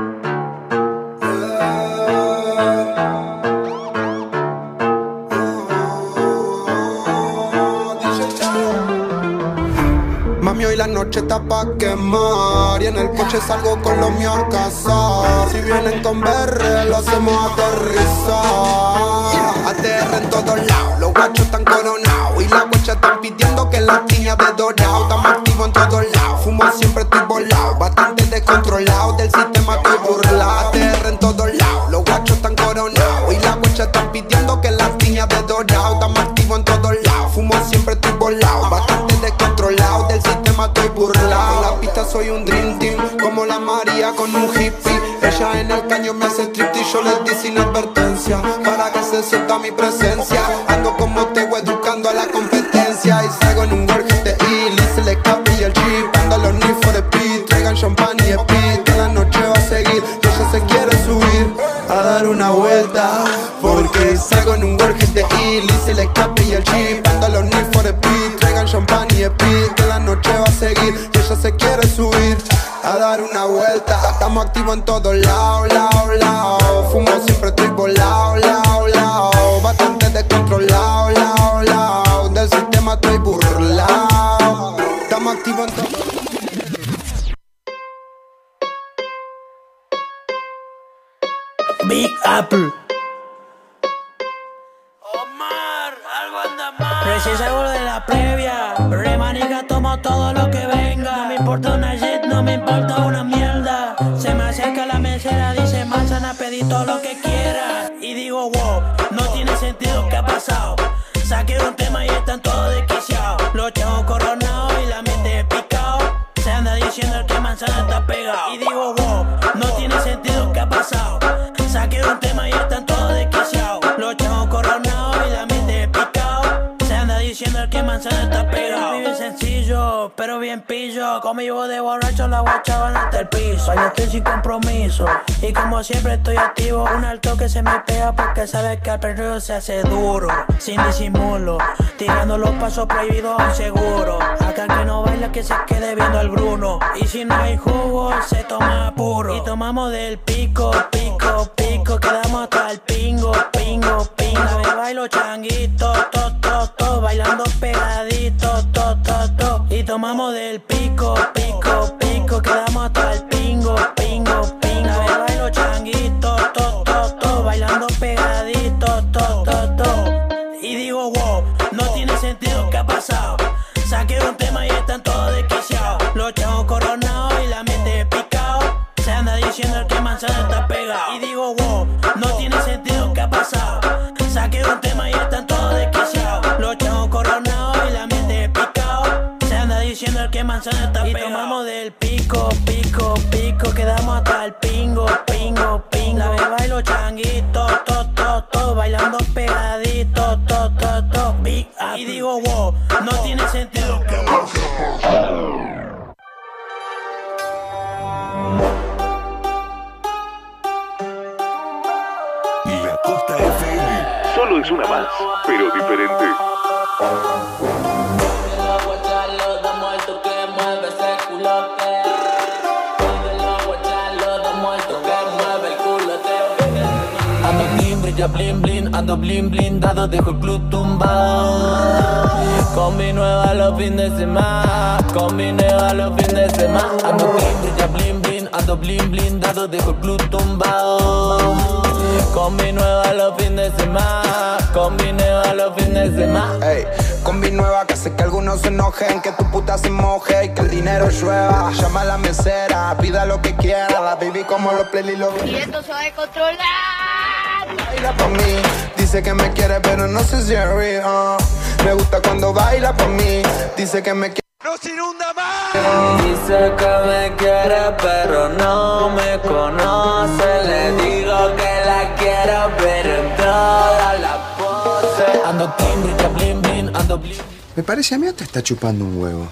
Q: Mami, hoy la noche está pa' quemar y en el coche salgo con los míos a cazar. Si vienen con BR, lo hacemos aterrizar. ATR en todos lados, los guachos están coronados y las guachas están pidiendo que las tiñas de dorado. Estamos activos en todos lados, fumo siempre estoy volado, bastante descontrolado, del sistema estoy burlado. ATR en todos lados, los guachos están coronados y las guachas están pidiendo que las tiñas de dorado. Estamos activos en todos lados, fumo siempre estoy volado, bastante descontrolado, del sistema estoy burlado. En la pista soy un dream team, como la María con un hippie. Ella en el caño me hace striptease, yo les di sin advertencia, para que se sienta mi presencia. Ando como Tego educando a la competencia y salgo en un World GTI, Liz el escape y el jeep. Ando a los Need for Speed, traigan champán y speed, que la noche va a seguir y ella se quiere subir a dar una vuelta, porque salgo en un World GTI, Liz el escape y el jeep. Ando a los Need for Speed, traigan champán y speed, que la noche va a seguir y ella se quiere subir a dar una vuelta. Estamos activos en todos lados, lao, lao. Fumo siempre estoy volado, lao, lao. Bastante descontrolado, lao, lao. Del sistema estoy burlado. Estamos activos en todos.
R: Big Apple. Recién salgo de la previa, remanica, tomo todo lo que venga. No me importa una jet, no me importa una mierda. Se me acerca la mesera, dice manzana, pedí todo lo que quiera. Y digo wow, no tiene sentido, ¿qué ha pasado? Saqué un tema y están todos desquiciados. Los chavos coronados y la mente picado. Se anda diciendo el que manzana está pegado. Y digo wow, no tiene sentido, ¿qué ha pasado? Saqué un tema y están todos desquiciados. Los chavos coronados y la mente picado. Se anda diciendo el que manzana está pegado. Vive sencillo. pillo, pero bien pillo. Conmigo de borracho la guachaban hasta el piso. Bailo estoy sin compromiso y como siempre estoy activo. Un alto que se me pega porque sabe que al perreo se hace duro. Sin disimulo, tirando los pasos prohibidos a un seguro. Acá el que no baila que se quede viendo al Bruno. Y si no hay jugo se toma puro. Y tomamos del pico, pico, pico. Quedamos hasta el pingo, pingo, pingo. Me bailo changuito, to, to, to. Bailando pegadito, to, to, to. Y tomamos del pico, pico, pico. Quedamos hasta el pingo, pingo, pingo. Me bailo changuito, to, to, to. Bailando pegadito, to, to, to. Y digo, wow, no tiene sentido, ¿qué ha pasado? Saqué un tema y están todos desquiciados. Los chavos coronados y la mente picado. Se anda diciendo el que manzana está pegado. Y digo, wow, no tiene sentido, ¿qué ha pasado? Saqué un tema y están todos desquiciados. Los chavos coronados y la mente picado. Se anda diciendo el que manzana está pegado. Y tomamos del pico, pico, pico. Quedamos hasta el pingo, pingo, pingo. La beba y los changuitos, to, to, to. Bailando pegadito, to, to, to. Big up. Y digo, wow, no tiene sentido, ¿qué ha pasado?
K: La Costa FM. Solo es una más, pero diferente.
L: Ando blin, brilla blin blin, ando blin blindado, dejo el club tumbado. Con mi nueva los fines de semana, con mi nueva los fines de semana. Ando blin, brilla blin blin, ando blin blindado, dejo el club tumbado. Con mi nueva los fines de semana, con mi nueva los fines de semana.
Q: Ey, con mi nueva que hace que algunos se enojen, que tu puta se moje y que el dinero llueva. Llama a la mesera, pida lo que quiera, la baby como los playlists lo
S: Y esto se va a descontrolar.
Q: baila pa' mí, dice que me quiere pero no sé si es real. Me gusta cuando baila pa' mí, dice que me quiere. ¡No se inunda más!
L: Dice que me quiere pero no me conoce. Le digo que la quiero pero en toda la pose. Ando clean, brilla blin blin, ando blin.
T: Me parece a mí o te está chupando un huevo.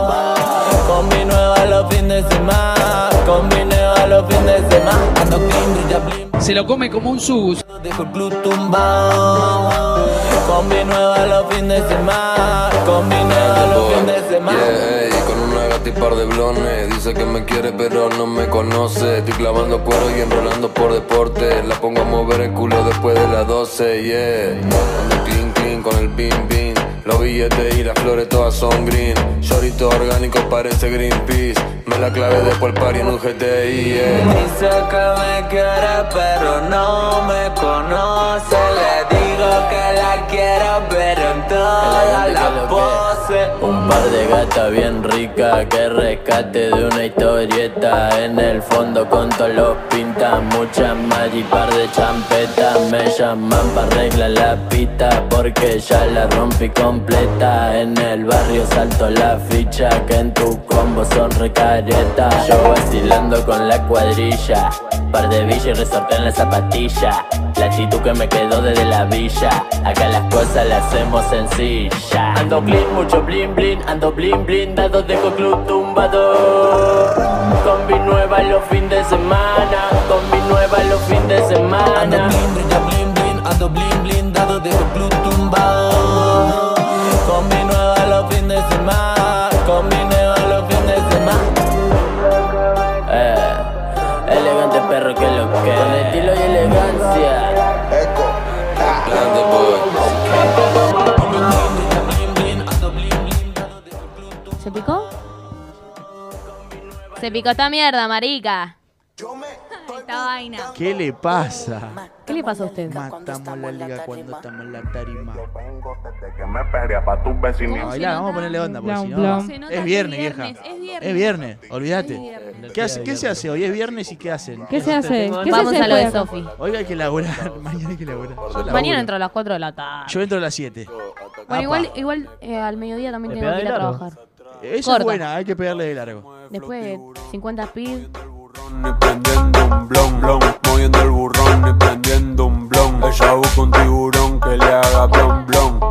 L: Con mi nueva los fines de semana, con mi nueva los fines de semana. Ando clean, brilla blin.
U: Se lo come como un sus.
L: Dejo el club tumbado. Con mi nueva los fines de semana, con mi nueva los fines de semana.
V: Yeah, con una gata y par de blones. Dice que me quiere pero no me conoce. Estoy clavando cuero y enrolando por deporte. La pongo a mover el culo después de las 12, yeah. Ando clean clean con el beam beam. Los billetes y las flores todas son green. Shorito orgánico parece Greenpeace. Me la clavé después el party en un GTI, yeah.
L: Dice que me quiere pero no me conoce. Le digo que la quiero pero en toda la pose. Un par de gatas bien ricas que rescate de una historieta. En el fondo con todos los pintas, muchas más y par de champetas. Me llaman para arreglar la pista porque ya la rompí completa. En el barrio salto la ficha que en tu combo son recaretas. Yo vacilando con la cuadrilla, par de villas y resorte en la zapatilla. La actitud que me quedó desde la villa, acá las cosas las hacemos sencillas. Ando blin, mucho blin blin, ando blin blindado, dejo el club tumbado. Con mi nueva los fines de semana, con mi nueva los fines de semana. Ando blin, brilla blin blin, ando blin blindado, dejo el club tumbado. Con mi nueva los fines de semana, con mi nueva los fines de semana. Elegante perro que lo que, con estilo y elegancia.
Q: Eco,
V: grande boy.
D: ¿Se picó? Se picó esta mierda, marica.
E: Esta vaina.
B: ¿Qué le pasa?
D: ¿Qué le pasa a usted?
B: Matamos la liga cuando estamos en la tarima.
N: Que me perea pa' tus vecinos.
B: Bailá, vamos a ponerle onda, porque si
D: Blom,
B: no.
D: blom.
E: Se nota
B: Es
E: que
B: viernes,
E: es
B: vieja.
E: viernes, es viernes.
B: Es viernes, olvídate.
E: Es viernes.
B: ¿Qué se hace hoy? Es viernes y ¿qué hacen?
D: ¿Qué se hace? ¿Qué
A: Vamos
D: se hace
A: a lo de
D: después
A: Sofi.
B: Hoy hay que laburar, mañana hay que laburar. Yo laburo.
A: Mañana entro a las 4 de la tarde.
B: Yo entro a las 7.
A: Bueno, igual al mediodía también
F: ¿Me
A: tengo que ir a
F: pega de largo?
A: trabajar.
B: Esa es
A: Corta.
B: buena, hay que pegarle de largo.
A: Después 50 speed.
W: Ni prendiendo un blon, blon, moviendo el burrón, ni prendiendo un blon. Ella busca un tiburón que le haga blon, blon. A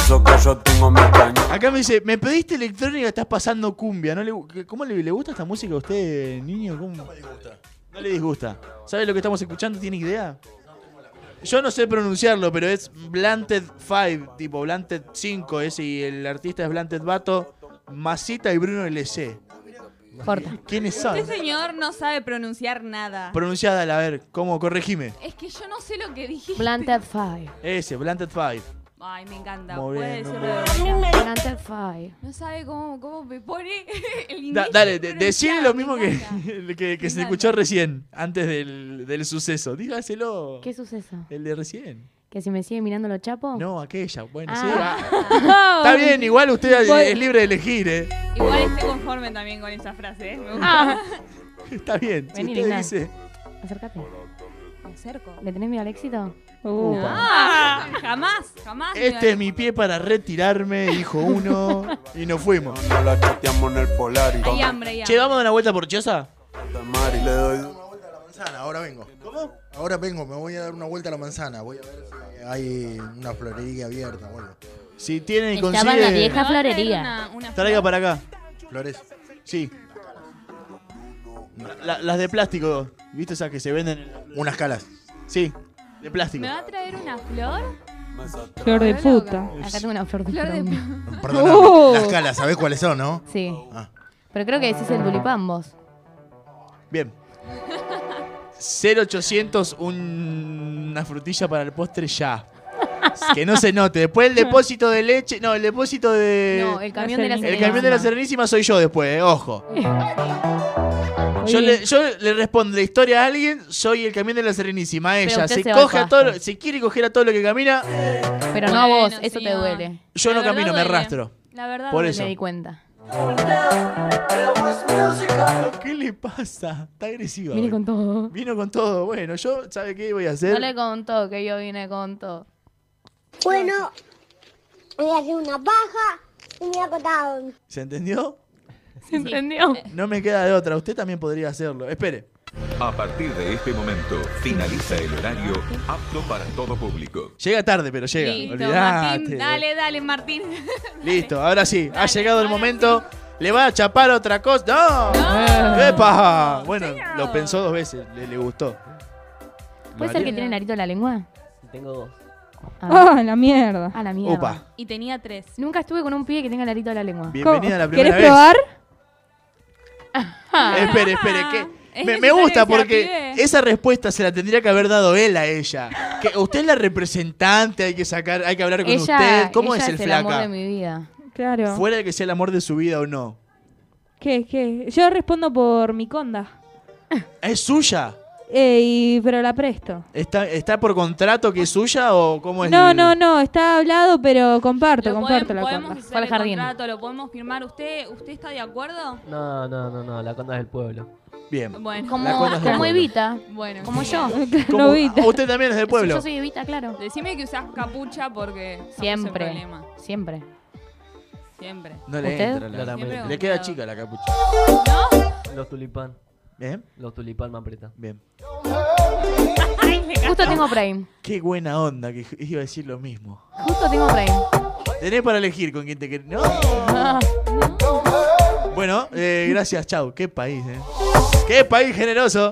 W: eso que yo tengo mi caña.
B: Acá me dice, me pediste electrónica, estás pasando cumbia. ¿Cómo le gusta esta música a usted, niño? ¿Cómo?
C: No me disgusta.
B: No le disgusta. ¿Sabe lo que estamos escuchando? ¿Tiene idea? Yo no sé pronunciarlo, pero es Blanted 5, tipo Blanted 5 ese, y el artista es Blanted Bato, Masita y Bruno LC.
A: Corta.
B: ¿Quiénes son?
E: Este señor no sabe pronunciar nada.
B: Pronunciada, a ver, ¿cómo? Corregime.
E: Es que yo no sé lo que dijiste.
A: Blanted 5.
B: Ese, Blanted 5.
E: Ay, me encanta.
B: Muy
E: Puede
B: bien,
E: decirlo
B: muy
E: de
B: bien.
E: verdad.
A: Blanted 5.
E: No sabe cómo me pone el inglés.
B: Dale, decile lo mismo que se escuchó recién, antes del suceso. Dígaselo.
A: ¿Qué suceso?
B: El de recién.
A: ¿Que si me sigue mirando los chapos?
B: No, aquella. Bueno, sí.
A: Ah.
B: Está bien, igual usted es libre de elegir, ¿eh?
E: Igual estoy conforme también con esa frase, ¿eh? Me gusta.
A: Ah.
B: Está bien. Si
A: Vení,
B: usted
A: Lina.
B: dice.
A: Acércate.
E: Me acerco.
A: ¿Le tenés miedo al éxito?
E: Jamás.
B: Este es mi pie para retirarme, dijo uno. Y nos fuimos.
W: No la chateamos en el Polaris.
E: Hay hambre,
B: Che, ¿vamos a dar una vuelta por Choza?
W: Mari, le doy.
C: Una vuelta a la manzana, ahora vengo. ¿Cómo? Ahora vengo, me voy a dar una vuelta a la manzana. Voy a ver si hay una florería abierta o algo.
B: Si tiene y
A: Estaba
B: consigue.
A: en la vieja florería.
B: Traiga para acá.
C: ¿Flores?
B: Sí. Las de plástico, ¿viste esas que se venden?
C: Unas calas.
B: Sí, de plástico.
E: ¿Me va a traer una flor?
D: Flor de puta.
A: Acá tengo una flor de
E: Flor de
A: puta.
C: Perdóname, las calas, ¿sabés cuáles son, no?
A: Sí.
C: Ah.
A: Pero creo que decís el tulipán vos.
B: Bien. 0800 una frutilla para el postre ya. Que no se note. Después el depósito de leche. No, el depósito de.
A: No, el camión de la
B: El
A: Serenísima.
B: camión de la Serenísima soy yo después, ojo. Yo le respondo la historia a alguien, soy el camión de la Serenísima.
A: Pero
B: Ella
A: usted
B: se
A: se va al
B: coge a
A: pasto.
B: todo, se quiere coger a todo lo que camina.
A: Pero no a vos,
E: Bueno,
A: eso te
E: señor.
A: duele.
B: Yo
E: La
B: no
E: verdad
B: camino, me
E: duele.
B: arrastro.
E: La verdad
B: Por
E: duele.
B: eso.
A: Me di cuenta.
B: ¿Qué le pasa? Está agresiva.
A: Vine
B: hoy.
A: con todo.
B: Vino con todo. Bueno, yo, ¿sabe qué voy a hacer?
A: No le contó que yo vine con todo.
G: Bueno, voy a hacer una paja y me voy a acostar.
B: ¿Se entendió?
A: ¿Se entendió?
B: No me queda de otra. Usted también podría hacerlo. Espere.
K: A partir de este momento, finaliza el horario apto para todo público.
B: Llega tarde, pero llega.
E: Listo,
B: Olvidate.
E: Martín. Dale, Martín.
B: Listo, ahora sí. Ha llegado el momento. ¿Le va a chapar otra cosa? ¡No! ¡Epa! Bueno, lo pensó 2 veces. Le gustó.
A: ¿Puede ser que tiene narito en la lengua?
F: Tengo 2.
D: Ah, la mierda.
A: A la mierda.
B: Upa.
E: Y tenía 3.
A: Nunca estuve con un pibe que tenga narito en la lengua.
B: Bienvenida a la primera
D: ¿Querés
B: vez.
D: probar?
B: Espere, que
E: Es
B: me
E: necesario
B: gusta
E: que sea
B: porque
E: pibe.
B: esa respuesta se la tendría que haber dado él a ella. Que usted es la representante, hay que hablar con usted. ¿Cómo
A: ella
B: es el
A: amor
B: flaca?
A: de mi vida.
D: Claro.
B: Fuera de que sea el amor de su vida o no.
D: ¿Qué? Yo respondo por mi conda.
B: ¿Es suya?
D: Pero la presto.
B: ¿Está por contrato que es suya o cómo es?
D: No, está hablado, pero comparto la
E: podemos
D: conda.
E: hacer
A: Fue al
E: el
A: jardín.
E: contrato, lo podemos firmar. ¿Usted está de acuerdo?
F: No, la conda es del pueblo.
B: Bien.
E: Bueno.
A: Como,
B: La conda es del
A: como
B: pueblo.
A: Evita.
E: Bueno,
A: Como yo.
B: ¿Cómo? Usted también es del pueblo.
A: Yo soy Evita, claro.
E: Decime que usás capucha porque estamos en
A: Siempre.
E: problema.
A: Siempre.
E: Siempre.
B: No le
A: ¿Usted?
B: entra.
F: Claramente.
B: Le queda chica la capucha.
F: Los tulipán.
B: ¿Bien?
F: Los tulipán me aprietan.
B: Bien.
A: Justo tengo Prime.
B: Qué buena onda que iba a decir lo mismo.
A: Justo tengo Prime.
B: Tenés para elegir con quién te querés. ¿No? Bueno, gracias, chau. Qué país, Qué país generoso.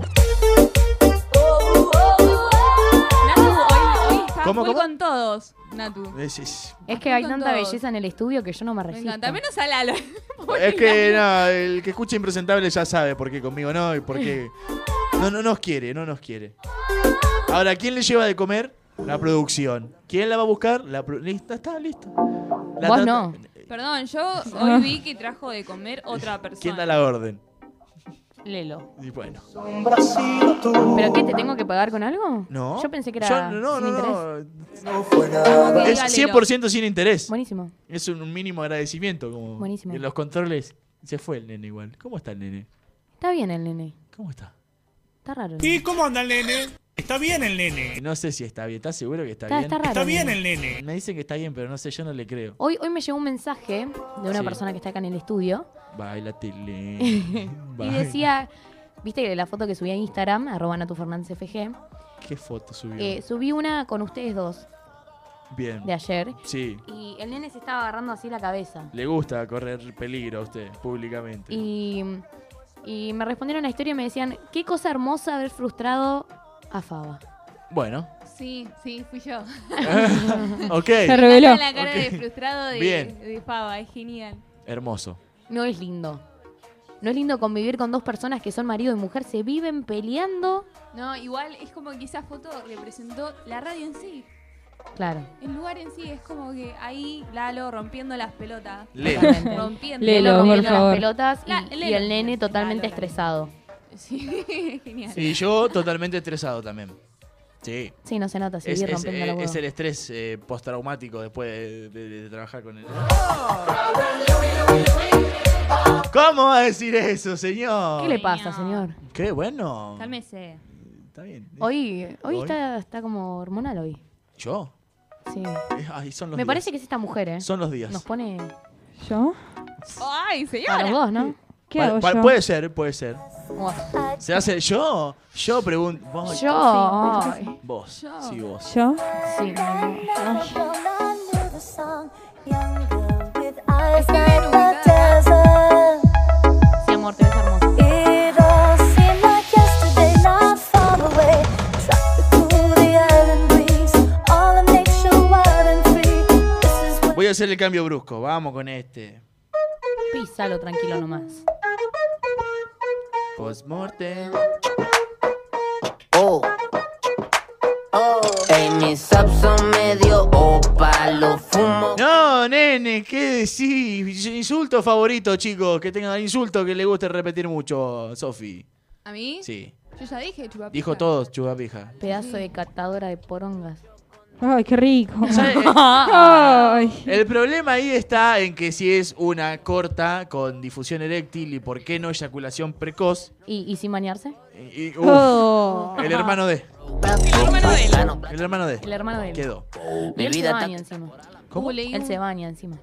E: Natu, hoy estás
B: ¿Cómo,
E: muy
B: cómo?
E: con todos, Natu.
B: Es
A: Es que hay
E: Con
A: tanta
E: todos.
A: belleza en el estudio que yo no me
E: Me
A: resisto.
E: encanta. Menos a Lalo.
B: que no, el que escucha Impresentable ya sabe por qué conmigo no y por qué. No nos quiere. Ahora, ¿quién le lleva de comer? La producción. ¿Quién la va a buscar? Listo, está listo.
A: Vos no.
E: Perdón, yo hoy vi que trajo de comer otra persona.
B: ¿Quién da la orden?
A: Lelo.
B: Y bueno.
A: ¿Pero qué? ¿Te tengo que pagar con algo?
B: No.
A: Yo pensé que era
B: Yo-
A: sin interés.
B: Es 100% sin interés.
A: Buenísimo.
B: Es un mínimo agradecimiento. Como
A: Buenísimo.
B: En los controles se fue el nene igual. ¿Cómo está el nene?
A: Está bien el nene.
B: ¿Cómo está?
A: Está raro.
S: ¿Y cómo anda el nene? Está bien el nene.
B: No sé si está bien. ¿Estás seguro que está
A: Está-
B: bien?
A: está raro Está el bien
S: el nene.
B: Me dicen que está bien, pero no sé, yo no le creo.
A: Hoy me llegó un mensaje de una
B: Sí.
A: persona que está acá en el estudio.
B: Baila tele.
A: Y
B: Baila.
A: decía, viste que la foto que subí a Instagram, @NatuFernandezFG,
B: ¿Qué foto subió?
A: subí una con ustedes dos.
B: Bien.
A: de ayer.
B: Sí.
A: Y el nene se estaba agarrando así la cabeza.
B: Le gusta correr peligro a usted, públicamente.
A: Y me respondieron la historia y me decían, qué cosa hermosa haber frustrado a Faba.
B: Bueno.
E: Sí, fui yo.
B: Ok.
D: Se reveló.
E: La cara
B: Ok.
E: de frustrado
B: Bien.
E: de Faba, es genial.
B: Hermoso.
A: No es lindo. No es lindo convivir con dos personas que son marido y mujer, se viven peleando.
E: No, igual es como que esa foto representó la radio en sí.
A: Claro.
E: El lugar en sí es como que ahí Lalo rompiendo las pelotas.
B: Lelo.
A: Totalmente.
E: Rompiendo.
D: Lelo, por
A: Rompiendo las
D: favor.
A: pelotas y,
E: Lelo.
A: y el nene totalmente
E: Lalo.
A: estresado.
E: Sí, genial.
B: Y yo totalmente estresado también. Sí.
A: Sí, no se nota, seguir rompiendo la huevo.
B: Es el estrés postraumático después de trabajar con él. ¿Cómo va a decir eso, señor?
A: ¿Qué le pasa, señor?
B: Qué bueno.
E: Cálmese.
B: Está bien.
A: Hoy
B: ¿Hoy?
A: está como hormonal hoy.
B: ¿Yo?
A: Sí.
B: Ay, son los
A: Me
B: días.
A: parece que es esta mujer, ¿eh?
B: Son los días.
A: Nos pone
D: ¿Yo?
E: Ay,
A: a
E: señora.
A: los dos, ¿no?
D: ¿Qué hago yo?
B: Puede ser, puede ser.
A: Vos.
B: Se hace yo pregunto. Vos.
A: Yo. Ay.
B: Vos.
E: Yo.
B: Sí, vos.
D: ¿Yo?
A: Sí, mi amor. Sí, amor, te ves hermosa.
B: Voy a hacer el cambio brusco. Vamos con este.
A: Písalo tranquilo nomás.
B: Postmortem.
O: Ey, mis subs son medio opa, lo fumo.
B: No, nene, ¿qué decís? Insulto favorito, chicos. Que tengan insulto que le guste repetir mucho, Sofi.
E: ¿A mí?
B: Sí.
E: Yo ya dije, chupapija.
B: Dijo todos, chupapija.
A: Pedazo de catadora de porongas.
D: Ay, qué rico.
B: ¿Sabe?
D: Ay.
B: El problema ahí está en que si es una corta con difusión eréctil y por qué no eyaculación precoz.
A: ¿Y sin bañarse?
B: Uf,
D: Oh.
B: el hermano de.
A: El hermano de él.
B: El hermano de.
A: El hermano de él.
B: Quedó.
A: Y él se baña encima.
B: ¿Cómo?
A: Él se baña encima.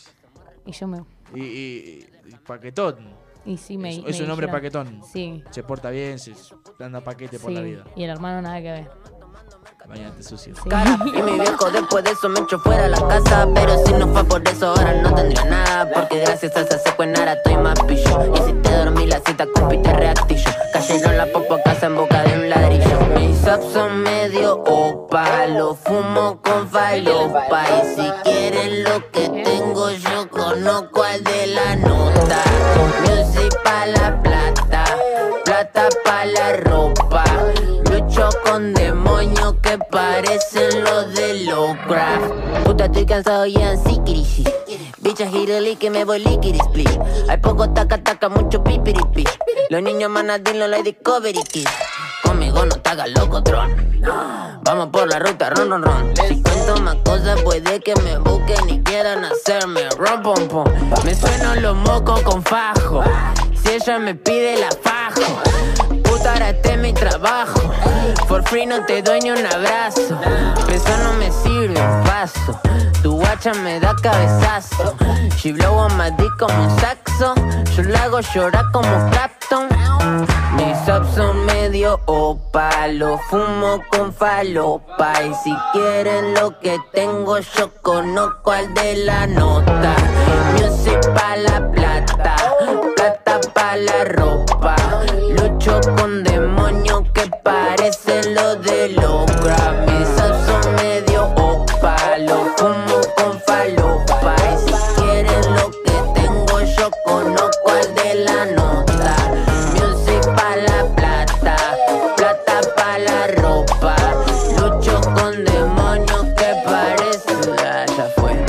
A: Y yo me...
B: Y paquetón.
A: Y sí me...
B: Es
A: me
B: un hombre
A: dijeron-
B: paquetón.
A: Sí.
B: Se porta bien, se anda paquete por
A: Sí.
B: la vida.
A: Y el hermano nada que ver.
B: Bañate sucio.
O: Cara, y mi viejo después de eso me echó fuera a la casa. Pero si no fue por eso ahora no tendría nada. Porque gracias a esa seco en Nara estoy más pillo. Y si te dormí la cita compite reactillo. Cayeron la popo casa en boca de un ladrillo. Mis subs son medio opa, lo fumo con falopa. Y si quieren lo que tengo yo conozco al de la nota. Music pa' la plata, plata pa' la ropa. Lucho con demonios que parecen los de Lovecraft. Puta, estoy cansado ya en crisis. Bicha giroli que me voy liquid split. Hay poco taca taca, mucho pipiripi. Los niños manadín, los like Discovery Kids. Conmigo no te hagas loco, tron. Vamos por la ruta, ron, ron, ron. Si cuento más cosas, puede que me busquen y quieran hacerme rom, pom, pom. Me sueno los mocos con fajo. Si ella me pide la fajo. Puta, ahora este es mi trabajo. For free no te doy ni un abrazo. Eso no me sirve, paso. Tu guacha me da cabezazo. She blow on my dick como un saxo. Yo la hago llorar como Clapton. Mis subs son medio opa, lo fumo con falopa. Y si quieren lo que tengo, yo conozco al de la nota. Music pa' la plata, plata pa' la ropa. Lucho con demonios que parecen los de Lovecraft. Mis subs son medio opa, lo fumo con falopa. Y si quieren lo que tengo, yo conozco al de la nota. Music pa' la plata, plata pa' la ropa. Lucho con demonios que parecen... Ah, ya fue.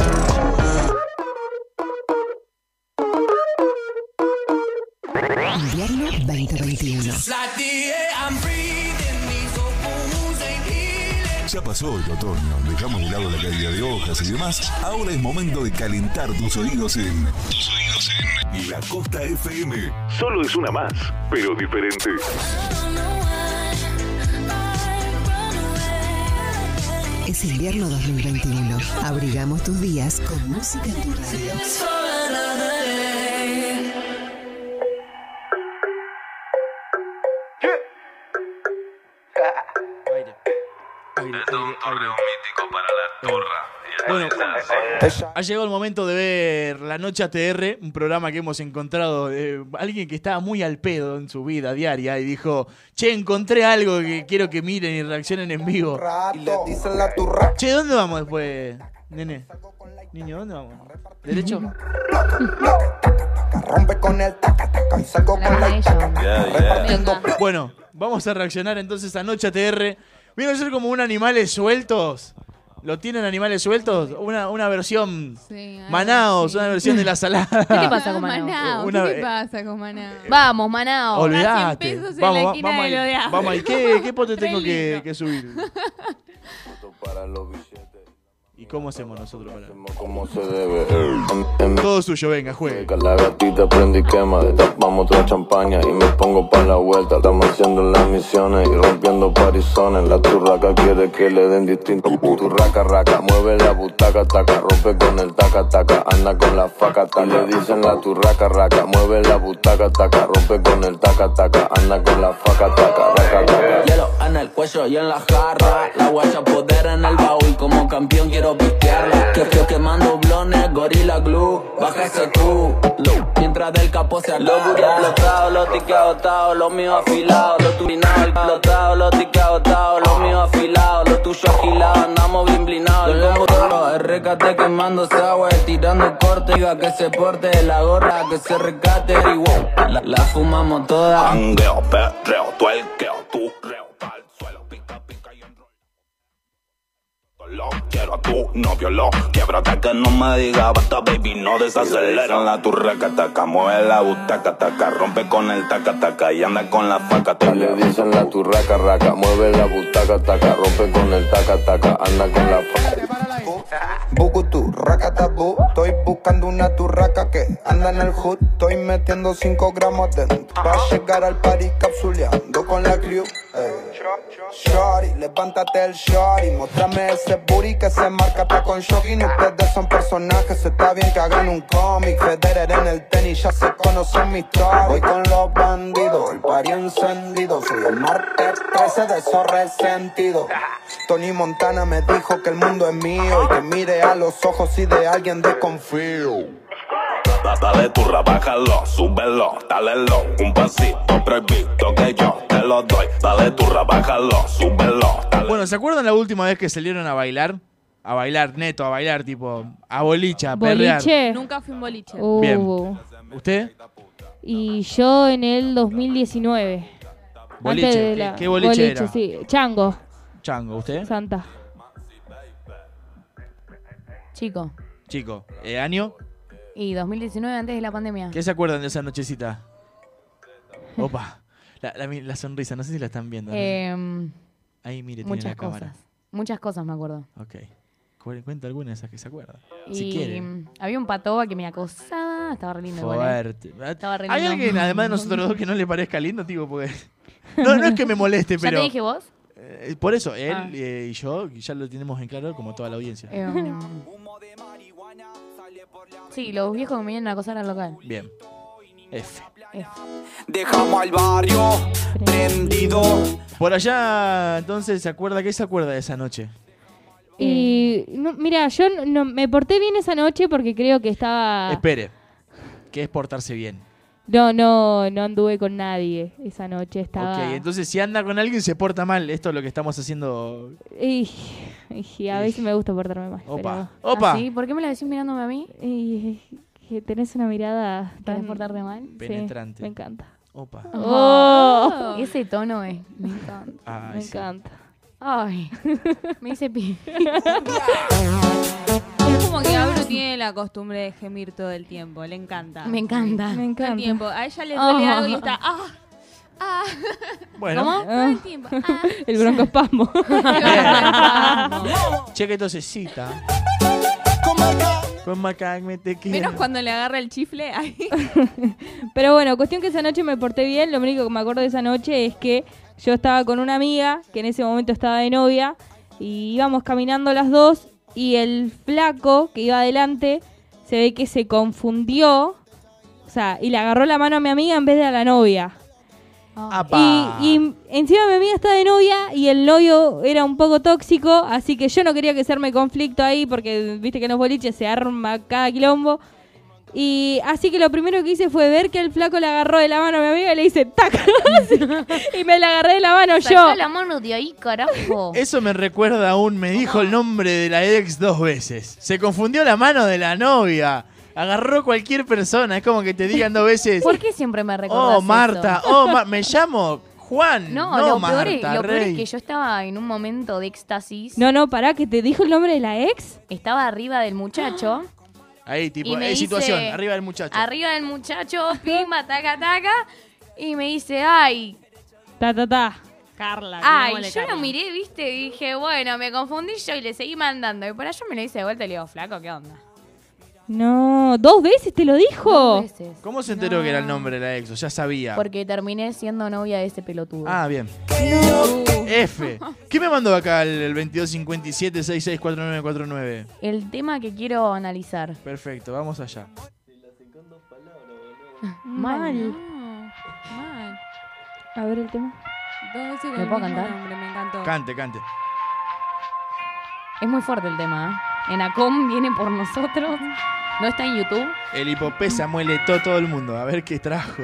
J: Invierno 2021.
K: Ya pasó el otoño, dejamos de lado la caída de hojas y demás. Ahora es momento de calentar tus oídos en La Costa FM. Solo es una más, pero diferente.
J: Es invierno 2021. Abrigamos tus días con música en tu radio.
L: Esto es un torneo mítico para
B: Bueno, ha llegado el momento de ver La Noche ATR, un programa que hemos encontrado de alguien que estaba muy al pedo en su vida diaria y dijo, che, encontré algo que quiero que miren y reaccionen en vivo. Che, ¿dónde vamos después, nene? Niño, ¿dónde vamos? ¿Derecho?
Q: Rompe con el taca taca y salgo con la
B: Bueno, vamos a reaccionar entonces a Noche ATR. Viene a ser como un Animales Sueltos. ¿Lo tienen Animales Sueltos? Una versión Manaos, una versión de la salada.
A: ¿Qué te pasa con Manaos?
E: ¿Qué te pasa con Manaos?
A: Vamos, Manaos.
B: Olvidate. Vamos
A: Vamos
B: ahí. ¿Qué pote tengo que subir? ¿Y cómo hacemos nosotros para...?
V: Como se debe.
B: Todo suyo, venga, juegue.
V: La gatita prende y quema, destapamos otra champaña y me pongo pa' la vuelta. Estamos haciendo las misiones y rompiendo parizones. La turraca quiere que le den distinto. Turraca, raca, mueve la butaca, taca, rompe con el taca, taca, anda con la faca, taca. Le dicen la turraca, raca, mueve la butaca, taca, rompe con el taca, taca, anda con la faca, taca, raca, taca.
R: Hielo en el cuello y en la jarra, la guacha poder en el baúl, como campeón quiero pistearla. Quemando blones, gorila glue, baja ese Q. Mientras del capó se acaba. Los booty explotados, los tickets agotados, los míos afilados, los turbinados explotados, los tickets agotados, los míos afilados, los tuyos agilados, andamos bien blinados. El combo todo, el recate quemándose agua, tirando corte, diga que se porte, la gorra que se recate, y wow, la fumamos toda.
W: Hangueo, perreo, tuelqueo, turreo, pa'l suelo, pica, pica y enrollo. Quiero a tu novio, lo quiebro hasta que no me diga basta, baby, no desacelera. La turraca, taca, mueve la butaca, taca, rompe con el taca, taca y anda con la faca, taca.
V: Le dicen la turraca, raca, mueve la butaca, taca, rompe con el taca, taca, anda con la faca.
Q: Bukutu, racatabu, estoy buscando una turraca que anda en el hood, estoy metiendo 5 gramos dentro, pa' llegar al party capsuleando con la crew. Shorty, levántate el shorty, mostrame ese booty que se marca hasta con jogging. Ustedes son personajes, está bien que hagan un cómic. Federer en el tenis, ya se conocen mi historia. Voy con los bandidos, el party encendido. Soy el martes 13 de esos resentidos. Tony Montana me dijo que el mundo es mío y que mire a los ojos y de alguien desconfío.
W: Dale turra, bájalo, súbelo, dale low, un pasito prohibido que yo te lo doy. Dale turra, bájalo, súbelo, dale.
B: Bueno, ¿se acuerdan la última vez que salieron a bailar? A bailar, neto, a bailar, tipo, a bolicha, a perrear.
E: Nunca fui un boliche.
B: Bien. ¿Usted?
D: Y yo en el 2019.
B: Boliche,
D: Antes de la...
B: ¿qué boliche era?
D: Sí. Chango.
B: Chango, ¿usted?
D: Santa.
A: Chico.
B: ¿Año?
A: Y 2019, antes de la pandemia.
B: ¿Qué se acuerdan de esa nochecita? Opa, la sonrisa, no sé si la están viendo. Ahí, mire, tiene la cámara.
A: Muchas cosas me acuerdo.
B: Ok. Cuenta alguna de esas que se acuerdan.
A: Y
B: si quieren.
A: había un patoba que me acosaba. Estaba re lindo.
B: Fuerte.
A: Estaba re
B: ¿Hay
A: lindo.
B: alguien, además de nosotros dos, que no le parezca lindo, tipo? Porque... No es que me moleste, pero...
A: ¿Ya te dije vos?
B: Por eso, él y yo ya lo tenemos en claro, como toda la audiencia.
A: Sí, los viejos que me vienen a acosar al local.
B: Bien. F.
W: Dejamos al barrio prendido.
B: Por allá, entonces, ¿qué se acuerda de esa noche?
D: Y no, mira, yo no me porté bien esa noche porque creo que estaba...
B: Espere, ¿qué es portarse bien?
D: No anduve con nadie esa noche, estaba...
B: Ok, entonces si anda con alguien se porta mal. Esto es lo que estamos haciendo.
D: Y a veces me gusta portarme mal.
B: Opa.
A: ¿Ah, sí? ¿Por qué me la decís mirándome a mí?
D: Que tenés una mirada...
A: ¿Querés portarte mal?
B: Penetrante.
D: Sí, me encanta.
B: Opa.
A: Oh. Ese tono me encanta.
B: Ay,
D: me
B: sí.
D: encanta.
A: Ay, me hice pi.
E: Es como que Abru tiene la costumbre de gemir todo el tiempo. Le encanta.
A: Me encanta.
E: Todo el tiempo. A ella le duele algo y está...
B: Bueno.
E: ¿Cómo? Todo el tiempo.
D: El broncoespasmo.
B: Cheque tosecita. Con Macac me te quiero.
E: Menos cuando le agarra el chifle. Ahí.
D: Pero bueno, cuestión que esa noche me porté bien. Lo único que me acuerdo de esa noche es que yo estaba con una amiga que en ese momento estaba de novia y íbamos caminando las dos y el flaco que iba adelante se ve que se confundió, o sea, y le agarró la mano a mi amiga en vez de a la novia.
B: ¡Apa!
D: Y encima mi amiga está de novia y el novio era un poco tóxico, así que yo no quería que se arme conflicto ahí porque viste que en los boliches se arma cada quilombo. Y así que lo primero que hice fue ver que el flaco le agarró de la mano a mi amiga y le hice ¡tac! Y me la agarré de la mano yo.
A: Sacá la mano de ahí, carajo.
B: Eso me recuerda aún, me dijo el nombre de la ex 2 veces. Se confundió la mano de la novia. Agarró cualquier persona. Es como que te digan 2 veces.
A: ¿Por qué siempre me recordás
B: Oh, Marta.
A: eso?
B: Me llamo Juan.
A: No, lo peor es que yo estaba en un momento de éxtasis.
D: No, pará, que te dijo el nombre de la ex.
A: Estaba arriba del muchacho.
B: Ahí, tipo,
A: Y me
B: situación,
A: dice,
B: arriba del muchacho.
A: Arriba del muchacho, pimba, taca, taca. Y me dice, ay.
E: Carla.
A: Ay,
E: digámosle
A: yo
E: Carla.
A: lo miré, viste, y dije, bueno, me confundí yo y le seguí mandando. Y por allá me lo hice de vuelta y le digo, flaco, ¿qué onda?
D: No, 2 veces te lo dijo.
A: 2 veces.
B: ¿Cómo se enteró que era el nombre de la ex? O ya sabía.
A: Porque terminé siendo novia de ese pelotudo.
B: Ah, bien. F. ¿Qué me mandó acá el 2257-664949?
A: El tema que quiero analizar.
B: Perfecto, vamos allá.
A: Mal.
E: Mal.
D: A ver el tema.
A: ¿Me puedo cantar?
E: Me encantó.
B: Cante.
A: Es muy fuerte el tema, ¿eh? Enacom viene por nosotros. ¿No está en YouTube?
B: El hipopesa muele todo el mundo. A ver qué trajo.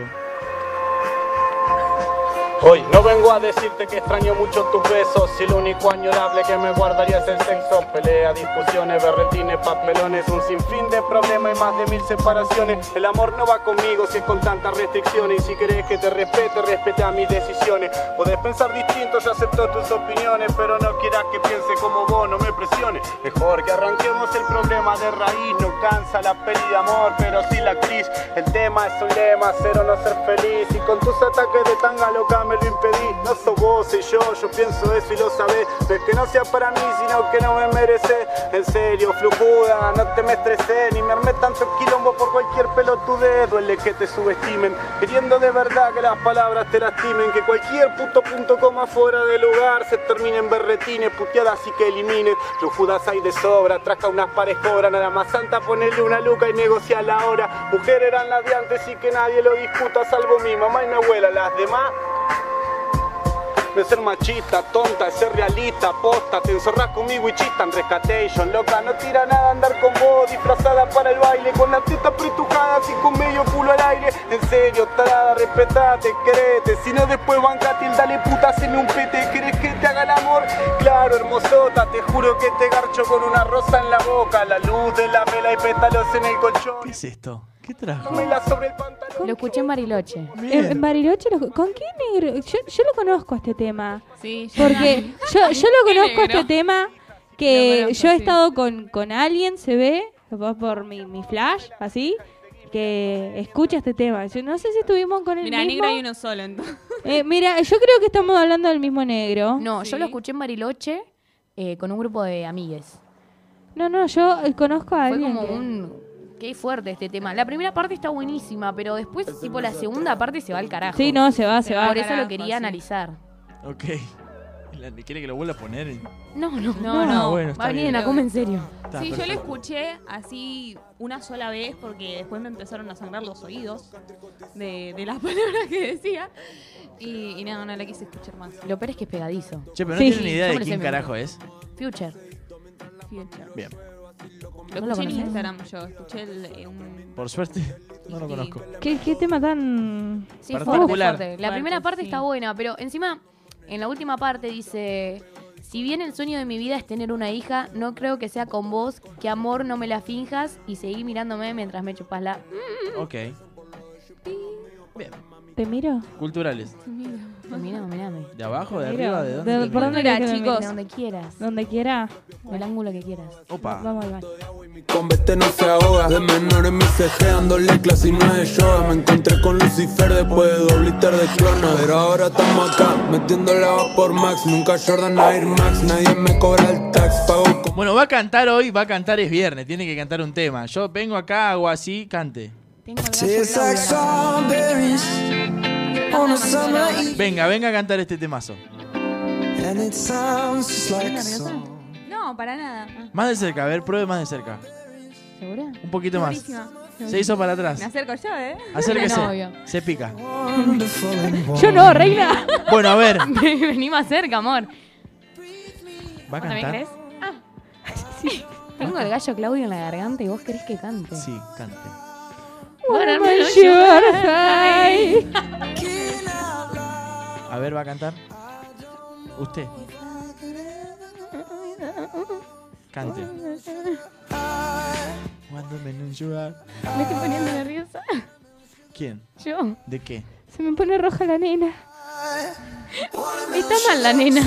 H: Hoy no vengo a decirte que extraño mucho tus besos. Si lo único añorable que me guardaría es el sexo. Pelea, discusiones, berretines, papelones, un sinfín de problemas y más de 1000 separaciones. El amor no va conmigo si es con tantas restricciones. Y si querés que te respete, respeta mis decisiones. Podés pensar distinto, yo acepto tus opiniones, pero no quieras que piense como vos, no me presiones. Mejor que arranquemos el problema de raíz. No cansa la peli de amor, pero sí la actriz. El tema es un lema, ser o no ser feliz. Y con tus ataques de tanga loca me lo impedí. No sos vos, soy yo pienso eso y lo sabés. No es que no sea para mí, sino que no me merece. En serio, flujuda, no te me estresé, ni me armé tanto quilombo por cualquier pelotudez. Duele que te subestimen, queriendo de verdad que las palabras te lastimen. Que cualquier puto punto coma fuera de lugar se termine en berretines, puteadas y que eliminen. Flujudas hay de sobra, traja unas pares cobra. Nada más santa ponerle una luca y negociar la hora. Mujer eran las de antes y que nadie lo disputa, salvo mi mamá y mi abuela. Las demás no es ser machista, tonta, es ser realista, posta. Te enzorrás conmigo y chistan, rescatation. Loca, no tira nada andar con vos, disfrazada para el baile, con las tetas pretujadas y con medio culo al aire. En serio, tarada, respetate, querete. Si no, después bancate el dale puta, haceme un pete. ¿Querés que te haga el amor? Claro, hermosota, te juro que te garcho con una rosa en la boca. La luz de la vela y pétalos en el colchón.
B: ¿Qué es esto? ¿Qué trajo?
H: Sobre el pantalón.
A: Lo escuché en Bariloche.
D: En Bariloche, ¿con qué negro? Yo lo conozco este tema.
E: Sí,
D: Porque yo lo conozco
E: negro?
D: este tema
E: Lo
D: que
E: conozco,
D: yo he
E: sí.
D: estado con alguien, se ve, por mi flash, así, que escucha este tema. Yo no sé si estuvimos con el
E: Mira,
D: mismo.
E: negro hay uno solo entonces.
D: Mira, yo creo que estamos hablando del mismo negro.
A: No, yo lo escuché en Bariloche con un grupo de amigues.
D: No, yo conozco a
A: Fue
D: alguien.
A: como
D: que-
A: un... Qué fuerte este tema. La primera parte está buenísima, pero después, tipo, la segunda parte se va al carajo.
D: Sí, no, se va.
A: Por eso
E: carajo,
A: lo quería
E: sí.
A: analizar.
B: Ok. ¿Quiere que lo vuelva a poner?
A: No.
B: Ah, bueno, está
A: Va a venir
B: bien.
A: en Acom en serio.
B: Está,
E: Sí, yo lo
B: perfecto.
E: escuché así una sola vez porque después me empezaron a sangrar los oídos de las palabras que decía. Y no la quise escuchar más.
A: Lo peor es que es pegadizo.
B: Che, pero no
D: Sí.
B: tienen ni idea
A: Yo
B: de
A: me lo sé
B: quién
A: de
B: carajo es.
A: Future.
B: Bien.
E: Lo
A: ¿No lo
E: escuché en
A: conoces?
E: Instagram yo, escuché un...
B: Por suerte, no lo conozco.
D: ¿Qué tema tan...?
A: Sí,
B: Particular.
A: fuerte. La primera parte está buena, pero encima, en la última parte dice... Si bien el sueño de mi vida es tener una hija, no creo que sea con vos, que amor no me la finjas y seguí mirándome mientras me chupas la...
B: Ok. Bien.
D: ¿Te miro?
B: Culturales.
A: Mirame.
B: ¿De abajo, de
D: Miro.
B: arriba, de dónde?
D: ¿Por dónde
E: Mira,
D: querés que me
E: chicos.
A: De donde quieras.
D: Donde quiera.
A: El ángulo que quieras.
B: Opa.
D: Vamos al baño.
V: Con Vete no se ahoga. De menor en mi CG dándole clase y no es de yoga. Me encontré con Lucifer después de doble liter de clona. Pero ahora estamos acá, metiendo la por Max. Nunca Jordan Air Max, nadie me cobra el tax. Pago con...
B: Bueno, va a cantar hoy, es viernes, tiene que cantar un tema. Yo vengo acá, hago así, cante.
P: Tastes like strawberries on a summer eve.
B: Venga a cantar este temazo.
P: And it sounds just like a song.
E: No, para nada.
B: Más de cerca, a ver, pruebe más de cerca.
A: ¿Segura?
B: Un poquito más.
E: Buenísima.
B: Se hizo para atrás.
D: Me acerco yo,
B: Acérquese.
A: Novio.
B: Se pica.
D: Yo no, reina.
B: Bueno, a ver.
A: Vení más cerca, amor.
B: ¿Va a
A: ¿Vos también
B: cantar?
A: crees? Sí. Tengo el gallo Claudio en la garganta y vos querés que cante.
B: Sí, cante.
A: Bueno,
B: A ver, ¿va a cantar? Usted. Cante. Cuando me llorar.
D: Me estoy poniendo nerviosa.
B: ¿Quién?
D: Yo.
B: ¿De qué?
D: Se me pone roja la nena.
A: Está mal la nena.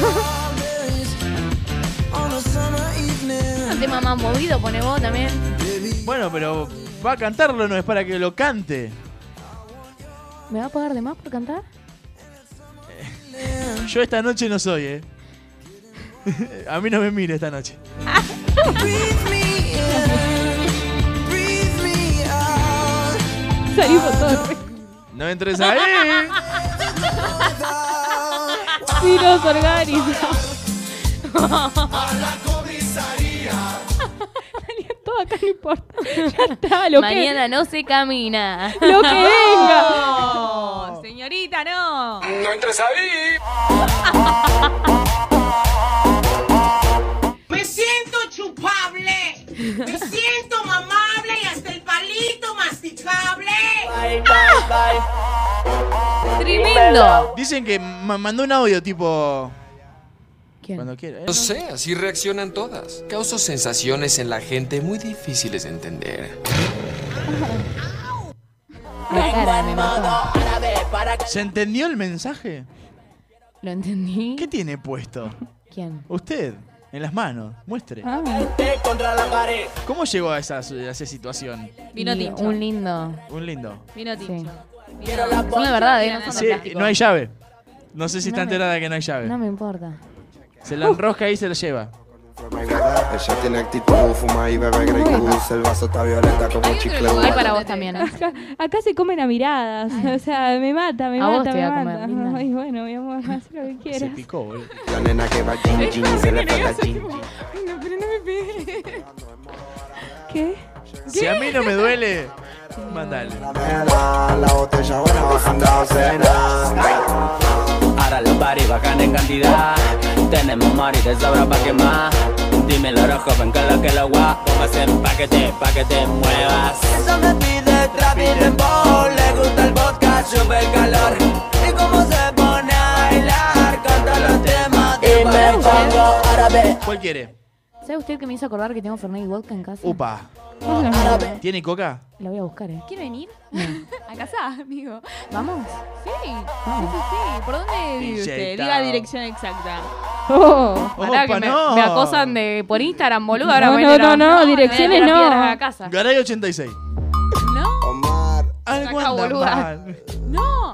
A: Un tema más movido, pone vos también.
B: Bueno, pero va a cantarlo, no es para que lo cante.
A: ¿Me va a pagar de más por cantar?
B: Yo esta noche no soy, A mí no me mire esta noche.
D: Salimos todos.
B: No entres ahí.
D: Tiros organizados. Salía todo acá, no importa. Ya está, lo
A: Mañana no se camina.
D: Lo que venga.
E: No, señorita, no.
L: No entres ahí.
I: Me siento chupable. Me siento mamable y hasta el palito masticable.
R: Bye, bye, bye.
A: Tremendo.
B: Dicen que mandó un audio tipo...
A: ¿Quién?
B: Cuando quiera.
M: No sé, así reaccionan todas. Causo sensaciones en la gente muy difíciles de entender.
A: La cara me mató.
B: ¿Se entendió el mensaje?
A: ¿Lo entendí?
B: ¿Qué tiene puesto?
A: ¿Quién?
B: Usted, en las manos. Muestre.
R: Contra la pared.
B: ¿Cómo llegó a esa situación?
E: Vino
A: Y
E: tincho.
A: un lindo.
B: Un lindo.
E: Vino tincho.
A: Son de verdad, no son de
B: Sí,
A: plástico.
B: no hay llave. No sé si está
A: No me-
B: enterada de que no hay llave.
A: No me importa.
B: Se la enrosca y se la lleva.
Q: Ella tiene actitud, fuma y bebe Grey Goose. El vaso está violeta como un chicle.
A: Hay para vos también.
D: Acá se comen a miradas. O sea, me mata, me
A: A vos
D: mata,
A: te
D: me
A: va a
D: mata.
A: comer, linda.
D: Ay, bueno, mi amor, haz lo que
B: Se
D: quieras.
B: picó, boludo.
Q: La nena que va chin chin y se le falta chin.
D: No, pero no me pegues. ¿Qué?
B: Si a mí no me duele, mandale.
Q: La botella buena bajando a cena.
R: Ahora los bares bajan en cantidad. Tenemos mari de sobra pa' quemar. Dímelo, joven, que lo guapo. Hacen pa' que te muevas. Eso me pide trap y dembow. Le gusta el vodka, sube el calor. Y cómo se pone a bailar. Canta los temas de me pongo árabe.
B: ¿Cuál quiere?
A: ¿Sabe usted que me hizo acordar que tengo Fernet y vodka en casa?
B: Upa. ¿Tiene coca?
A: La voy a buscar,
E: ¿Quiere venir?
A: No.
E: A casa, amigo.
A: ¿Vamos?
E: Sí, sí. ¿Por dónde vive usted?
B: Inyectado.
E: Diga dirección exacta.
A: Pará, que
B: Opa, no.
A: me acosan por Instagram, boludo. Ahora
D: No,
A: me
D: no,
A: vienen a-
D: no, direcciones
A: me vienen a
D: no.
A: piedras a casa.
B: Garay 86.
E: ¿No?
Q: Omar.
B: Algo
A: Acá,
B: anda
A: boluda.
B: mal.
E: No.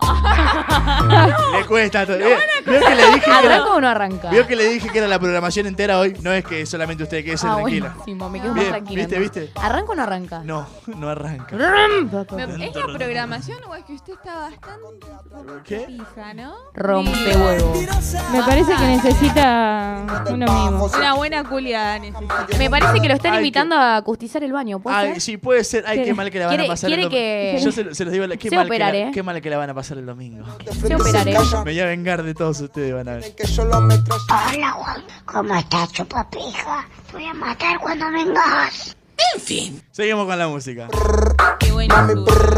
B: Le cuesta todo. ¿Vio que le dije que
A: ¿Arranca
B: era,
A: o no arranca?
B: vio que le dije que era la programación entera hoy? No es que solamente usted quede tranquila.
A: buenísimo, me quedo más
B: Bien,
A: tranquila.
B: ¿viste?
A: ¿Arranca o no arranca?
B: No, no arranca.
E: ¿Es la programación o es que usted está bastante
B: ¿Qué?
E: pija, no?
A: Rompe huevo.
D: Me parece que necesita uno mismo.
E: Una buena culiada necesita.
A: Me parece que lo están
B: Ay,
A: invitando a acustizar el baño, ¿puede
B: Ay,
A: ser?
B: sí, puede ser. Ay,
D: ¿Quiere-
B: qué mal que la van a
A: quiere-
B: pasar
A: quiere
B: el domingo.
A: que-
B: Yo se los digo, qué
A: Sé
B: mal,
A: operaré.
B: qué mal que la van a pasar el domingo.
A: Se operaré.
B: Me voy a vengar de todos ustedes, van a ver.
Q: Que yo lo meto.
G: Hola, Juan. ¿Cómo estás, chupapija? Te voy a matar cuando vengas. En fin.
B: Seguimos con la música.
E: Qué bueno.
Q: Mami,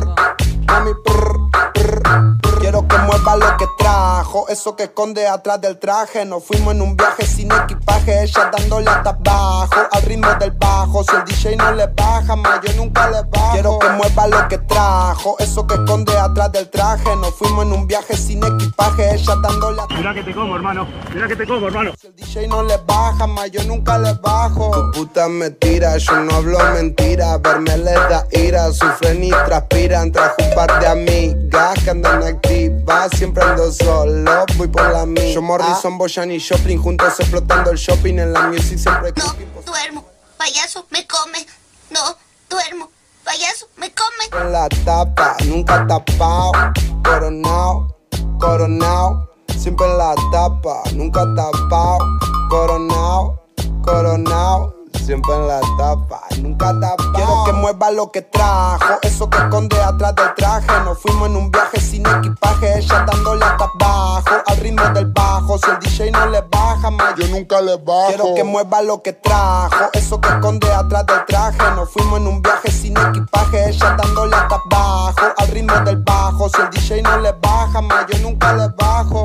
Q: quiero que mueva lo que trajo, eso que esconde atrás del traje. Nos fuimos en un viaje sin equipaje, ella dándole hasta abajo, al ritmo del bajo. Si el DJ no le baja, más yo nunca le bajo. Quiero que mueva lo que trajo, eso que esconde atrás del traje. Nos fuimos en un viaje sin equipaje, ella dándole hasta...
S: Mira que te como, hermano. Mira que te como, hermano.
Q: Si el DJ no le baja, más yo nunca le bajo. Tu puta me tira, yo no hablo mentira. Verme les da ira, sufren y transpiran. Trajo un par de amigas que andan activas. Siempre ando solo, voy por la mía. Yo Morrison, Boyan y Joplin, juntos explotando el shopping. En la music siempre
G: Duermo. Payaso me come. No, duermo. Payaso me come.
Q: en la tapa, nunca tapao. Coronao, coronao. Siempre en la tapa, nunca tapao. Coronao, coronao. siempre en la tapa, nunca tapa. Quiero que mueva lo que trajo, eso que esconde atrás del traje. Nos fuimos en un viaje sin equipaje, ella dándole hasta abajo, al ritmo del bajo. Si el DJ no le baja, más yo nunca le bajo. Quiero que mueva lo que trajo, eso que esconde atrás del traje. Nos fuimos en un viaje sin equipaje, ella dándole hasta abajo, al ritmo del bajo. Si el DJ no le baja, más yo nunca le bajo.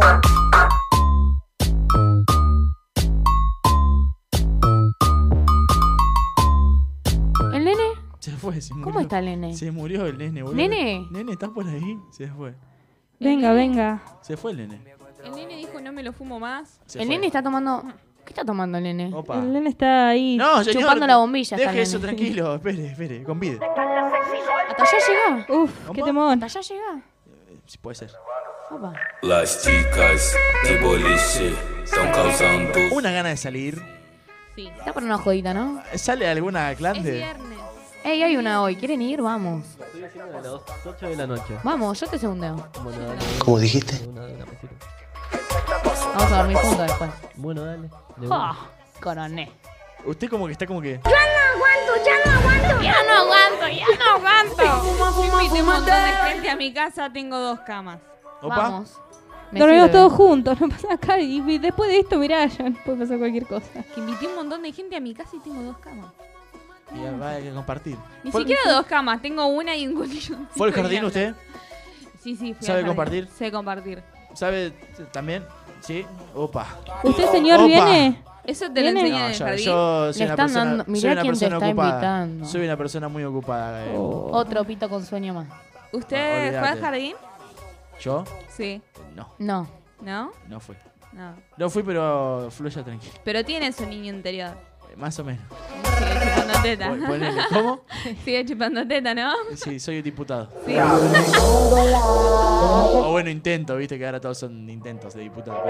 A: ¿El nene?
B: Se fue, se murió.
A: ¿Cómo está el nene?
B: Se murió el nene, boludo.
A: ¿Nene?
B: Nene, ¿estás por ahí? Se fue.
D: Venga, venga.
B: Se fue el nene.
E: El nene dijo no me lo fumo más.
A: El nene está tomando... ¿Qué está tomando el nene?
B: Opa.
D: El nene está ahí.
B: No, señor.
A: Chupando la bombilla. está el
B: Deje eso,
A: nene.
B: tranquilo. Espere, convide.
A: ¿Hasta allá llega?
D: Uf, qué temón.
A: ¿Hasta allá llega?
B: Sí, puede ser.
A: Opa.
V: Las chicas de boliche están causando.
B: Una gana de salir.
E: Sí.
A: Está por una jodita, ¿no?
B: ¿Sale alguna clan
E: Es
B: de...?
E: viernes.
A: Ey, hay una hoy. ¿Quieren ir? Vamos.
F: Estoy haciendo de las 8 de la noche.
A: Vamos, yo te segundeo.
F: Bueno, dale.
N: ¿Cómo dijiste?
A: Vamos a dormir juntos después.
F: Bueno, dale. De
A: Oh,
F: una.
A: coroné.
B: Usted como que está como que...
A: Ya no aguanto.
E: Invité un montón de gente a mi casa, tengo 2 camas.
B: Opa.
A: Vamos. Me
D: Dormimos
A: sirve.
D: todos juntos, no pasa acá. Y después de esto, mirá, ya no puede pasar cualquier cosa.
E: Que invité un montón de gente a mi casa y tengo 2 camas.
B: Y va a compartir.
E: Ni
B: ¿Fue,
E: siquiera 2 camas, tengo una y un colchón.
B: ¿Fue al jardín usted?
E: Sí, fui al
B: ¿Sabe
E: jardín.
B: compartir?
E: Sé compartir.
B: ¿Sabe también? Sí. Opa.
D: ¿Usted, señor,
B: Opa.
D: viene?
E: Eso te lo
D: ¿Viene?
E: enseñan en el jardín.
B: yo soy
A: Le
B: una
A: están
B: persona,
A: dando- mirá
B: soy una
A: quién te
B: persona
A: está
B: ocupada.
A: invitando.
B: Soy una persona muy ocupada.
A: Otro pito con sueño más.
E: ¿Usted fue
B: olvídate.
E: al jardín?
B: ¿Yo?
E: Sí.
B: No,
A: No.
E: ¿No?
B: no fui.
E: No.
B: No fui, pero fluya tranquilo.
E: Pero tiene su niño interior.
B: Más o menos.
E: Sigue chupando teta.
B: Ponele. ¿Cómo?
E: Sigue chupando teta, ¿no?
B: Sí, soy diputado.
E: Sí.
B: O bueno, intento, viste que ahora todos son intentos de diputado.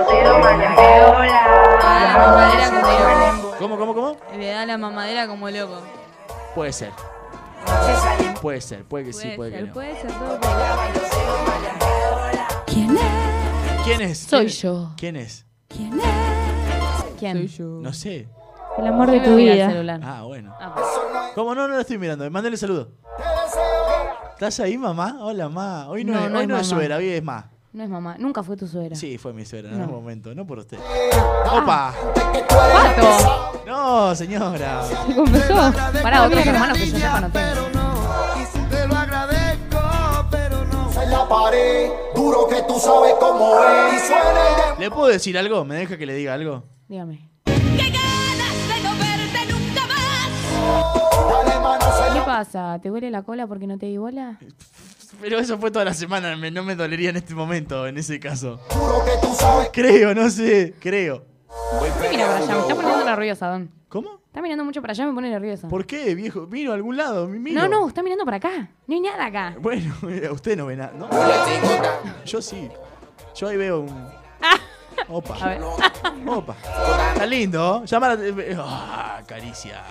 B: ¿Cómo?
E: Le da la mamadera como loco.
B: Puede ser. Puede ser, puede que sí, puede que no.
E: Puede ser todo.
B: ¿Quién es?
A: Soy yo.
B: ¿Quién es?
A: ¿Quién?
B: No sé.
D: El amor de
A: Yo
D: tu
A: me voy al
D: vida.
A: celular.
B: Ah, bueno.
A: Ah, pues.
B: ¿Cómo no? No lo estoy mirando. Mándale saludo. ¿Estás ahí, mamá? Hola, ma. Hoy no,
A: No,
B: es,
A: no
B: hoy
A: es
B: no es
A: mamá.
B: suegra, hoy es ma.
A: No es mamá. Nunca fue tu suegra.
B: Sí, fue mi suegra en
A: No.
B: algún momento. No por usted.
A: Ah.
B: ¡Opa!
A: ¡Pato!
B: No, señora.
D: ¿Se confesó?
A: Para otros hermanos que yo sepa no tengo.
Q: Te lo agradezco, pero no. En la pared, duro que tú sabes cómo es. Y suena el
B: ¿Le puedo decir algo? ¿Me deja que le diga algo?
A: Dígame.
Q: de
A: ¿Qué pasa? ¿Te huele la cola porque no te di bola?
B: Pero eso fue toda la semana. No me dolería en este momento, en ese caso.
Q: Duro que tú sabes.
B: Creo, no sé. Creo.
A: Mira para allá, me está poniendo nerviosa, Don.
B: ¿Cómo?
A: Está mirando mucho para allá, me pone nerviosa.
B: ¿Por qué, viejo? Miro a algún lado. Miro.
A: No, está mirando para acá. No hay nada acá.
B: Bueno, usted no ve nada, ¿no? Yo sí. Yo ahí veo un... Opa.
A: A ver.
B: Opa. Está lindo. Llama la... caricia.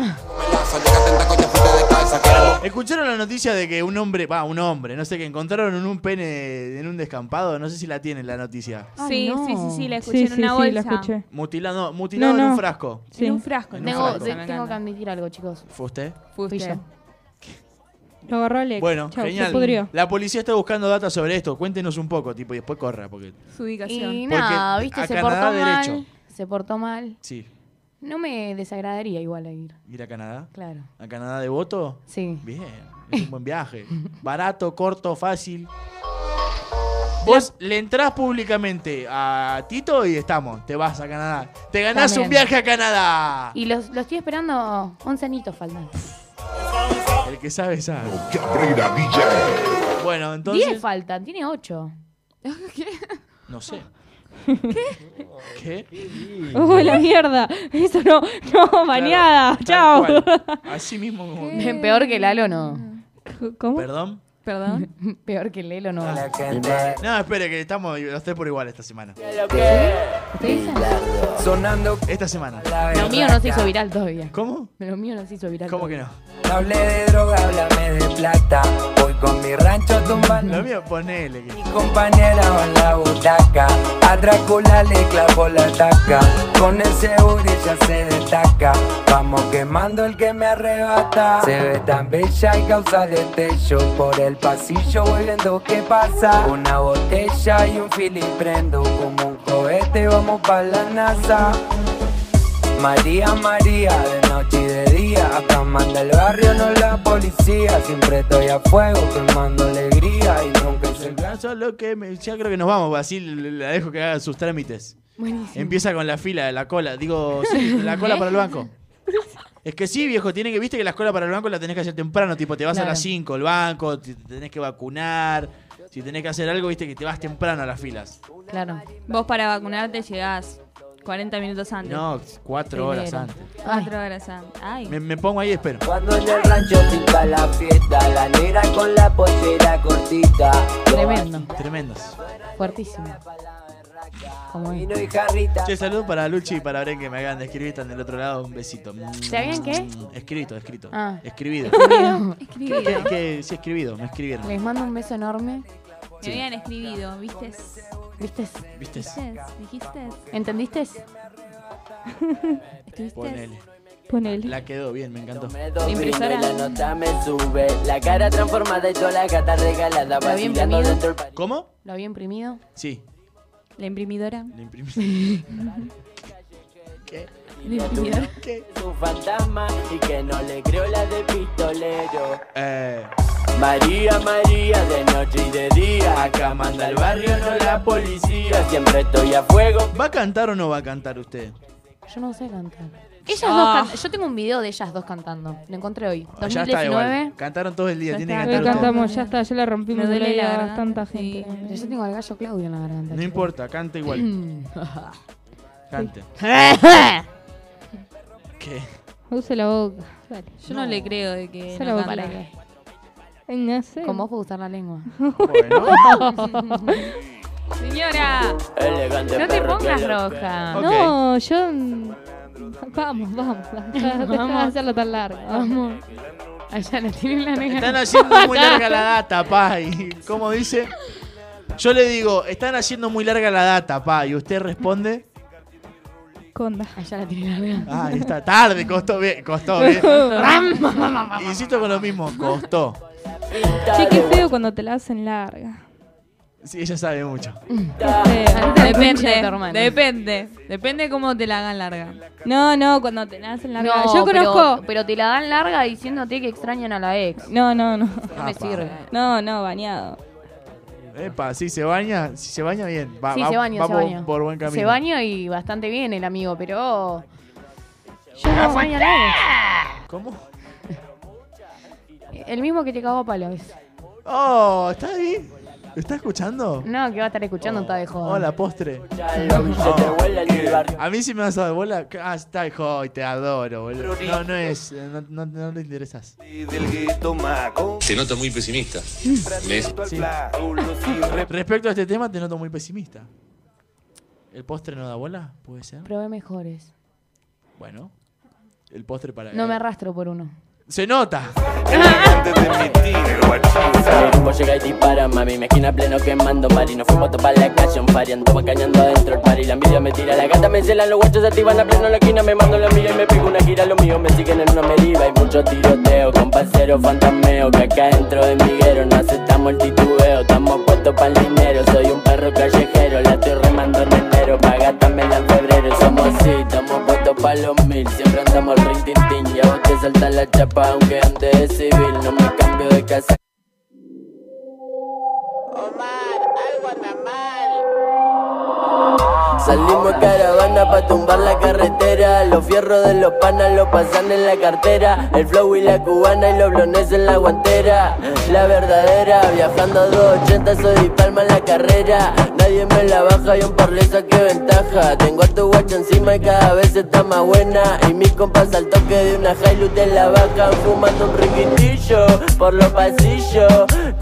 B: ¿Escucharon la noticia de que un hombre, no sé, que encontraron un pene en un descampado? No sé si la tienen la noticia.
E: Sí,
A: no.
E: sí, la escuché en una bolsa.
D: la escuché.
B: Mutilado
D: No,
B: en
D: no.
B: un frasco.
D: Sí.
E: En un frasco.
B: En un
A: Tengo,
B: frasco.
A: tengo que admitir algo, chicos.
B: ¿Fue usted?
E: Fue
A: Fui
E: usted.
A: yo.
D: Lo agarró Alex.
B: Bueno,
D: Chau,
B: genial.
D: se pudrió.
B: La policía está buscando datos sobre esto. Cuéntenos un poco, tipo, y después corra, porque...
E: Su ubicación.
A: Y
B: Porque
A: nada, viste,
B: a
A: se
B: Canadá
A: portó mal.
B: derecho.
A: Se portó mal.
B: Sí.
A: No me desagradaría igual a ir.
B: ¿Ir a Canadá?
A: Claro.
B: ¿A Canadá de voto?
A: Sí.
B: Bien, es un buen viaje. Barato, corto, fácil. Vos le entrás públicamente a Tito y estamos. Te vas a Canadá. Te ganás
A: También.
B: un viaje a Canadá.
A: Y lo estoy esperando 11 añitos faltan.
B: El que sabe, sabe.
K: Cabrera DJ.
B: Bueno, entonces...
A: 10 faltan, tiene 8.
B: No sé.
A: ¿Qué?
B: ¿Qué?
D: ¡Oh, la mierda! Eso no, bañada.
B: Tal
D: Chao.
B: cual. Así mismo como...
A: Peor que Lalo no.
D: ¿Cómo?
B: ¿Perdón?
E: Perdón.
A: Peor que Lelo no.
B: No, espere, que estamos los tres por igual esta semana.
A: ¿Usted dice?
V: Sonando
B: Esta semana.
A: Lo mío no se hizo viral todavía.
B: ¿Cómo?
A: Lo mío no se hizo viral.
B: ¿Cómo que
A: todavía.
B: no?
V: Hablé de droga, háblame de plata. Voy con mi rancho tumbando.
B: Lo mío, ponele que...
V: Mi compañera va en la butaca. A Drácula le clavo la taca.
N: Con ese booty ya se destaca. Vamos quemando el que me arrebata. Se ve tan bella y causa destello. Por el pasillo voy viendo qué pasa. Una botella y un feeling prendo. Como un cohete vamos pa' la NASA. María, María, de noche y de día. Acá manda el barrio, no la policía. Siempre estoy a fuego, quemando alegría. Y nunca se
B: Solo que ya creo que nos vamos, así la dejo que haga sus trámites.
E: Buenísimo.
B: Empieza con la fila de la cola. Digo, sí, la cola para el banco. Es que sí, viejo, viste que la cola para el banco la tenés que hacer temprano, tipo, te vas a las 5 al banco, te tenés que vacunar, si tenés que hacer algo, viste que te vas temprano a las filas.
E: Claro. Vos para vacunarte llegás 40 minutos antes.
B: No, 4 horas antes.
E: 4 horas antes. Ay.
B: Me pongo ahí y espero.
N: Cuando en el rancho pica la fiesta, la negra con la pollera cortita.
A: Tremendo.
B: Tremendos.
A: Fuertísimo. Como es.
B: Che, saludos para Luchi y para Bren que me hagan de escribir, están del otro lado, un besito.
A: ¿Te habían qué?
B: Escrito.
A: Ah.
B: Escribido.
A: Escribido.
B: Sí, escribido, me escribieron.
A: Les mando un beso enorme.
E: Me habían escribido, ¿viste?
B: ¿Viste?
E: ¿Dijiste?
A: ¿Entendiste?
B: Ponele. La quedó bien, me encantó.
N: La impresora. La nota me sube, la cara transformada y toda la gata regalada.
A: ¿Lo había
N: vacilando
A: imprimido?
N: dentro del
B: ¿Cómo?
A: ¿Lo había imprimido?
B: Sí.
E: ¿La imprimidora?
B: La imprimí.
N: ¿Qué?
E: ¿La imprimidora?
N: ¿Qué? Su fantasma y que no le creo la de pistolero. María, María, de noche y de día. Acá manda el barrio, no la policía. Siempre estoy a fuego.
B: ¿Va a cantar o no va a cantar usted?
A: Yo no sé cantar. Ellas dos cantan. Yo tengo un video de ellas dos cantando. Lo encontré hoy. 2019.
B: Ya está igual. Cantaron todo el día. Tiene que
D: Hoy
B: cantar
D: cantamos, ya está, ya la rompimos.
E: Me duele
D: de
E: la
D: a
E: garganta.
D: tanta gente.
A: Pero yo tengo al gallo Claudio en la garganta.
B: No importa, canta igual. Cante. ¿Qué?
D: Use la boca. Dale.
E: Yo no le creo de que
D: Usa
E: no
D: la boca.
E: canta.
D: Ay, no sé.
A: Con vos puedo usar la lengua.
E: Señora,
A: no te pongas roja.
D: No, yo... Vamos. Deja de hacerlo tan largo. Vamos.
A: Allá la tienen la negra.
B: Están haciendo muy larga la data, pa. Y ¿cómo dice? Yo le digo, están haciendo muy larga la data, pa. Y usted responde...
D: Conda.
A: Allá la tienen la negra.
B: Ah, está tarde, costó bien. Insisto con lo mismo, costó.
D: Che, qué feo cuando te la hacen larga.
B: Sí, ella sabe mucho.
E: Depende cómo te la hagan larga.
D: No, cuando te la hacen larga.
A: No,
D: Yo conozco...
A: pero te la dan larga diciéndote que extrañan a la ex.
D: No.
A: No me sirve.
D: No, bañado.
B: Epa, si se baña bien.
A: Sí, se baña.
B: Por buen camino.
A: Se baña y bastante bien el amigo, pero... Yo no baño a la ex.
B: ¿Cómo?
A: El mismo que te cagó a palos.
B: Oh, ¿está ahí? ¿Está escuchando?
A: No, que va a estar escuchando, está de joda.
B: Hola, postre. A mí sí me vas a dar bola. Ah, está de joda y te adoro, boludo. No le interesas.
K: Te noto muy pesimista.
B: Sí. Respecto a este tema, te noto muy pesimista. ¿El postre no da bola? ¿Puede ser?
A: Probé mejores.
B: Bueno, el postre para...
A: No me arrastro por uno.
B: ¡Se nota!
N: Vos llega y dispara, mami, me esquina pleno quemando mari. No fuimos para la calle, un party, ando cañando adentro el party. La envidia me tira, la gata me celan, los guachos se activan a pleno la esquina. Me mando la mía y me pego una gira, los míos me siguen en una medida. Hay mucho tiroteo, compasero, fantasmeo. Que acá dentro de Miguero no aceptamos el titubeo. Estamos puestos para el dinero, soy un perro callejero. La estoy remando en enero, pa' gastármela en febrero. Somos así, estamos puestos pa' los 1000. Siempre andamos rin tin tin, y a vos te salta la chapa aunque ande de civil. No me cambio de casa. Salimos caravana pa' tumbar la carretera. Los fierros de los panas lo pasan en la cartera. El flow y la cubana y los blones en la guantera. La verdadera, viajando a 280 soy palma en la carrera. Nadie me la baja y un par le saqué ventaja. Tengo a tu guacho encima y cada vez está más buena. Y mis compas al toque de una Hilux te la bajan, fumando un riquitillo por los pasillos.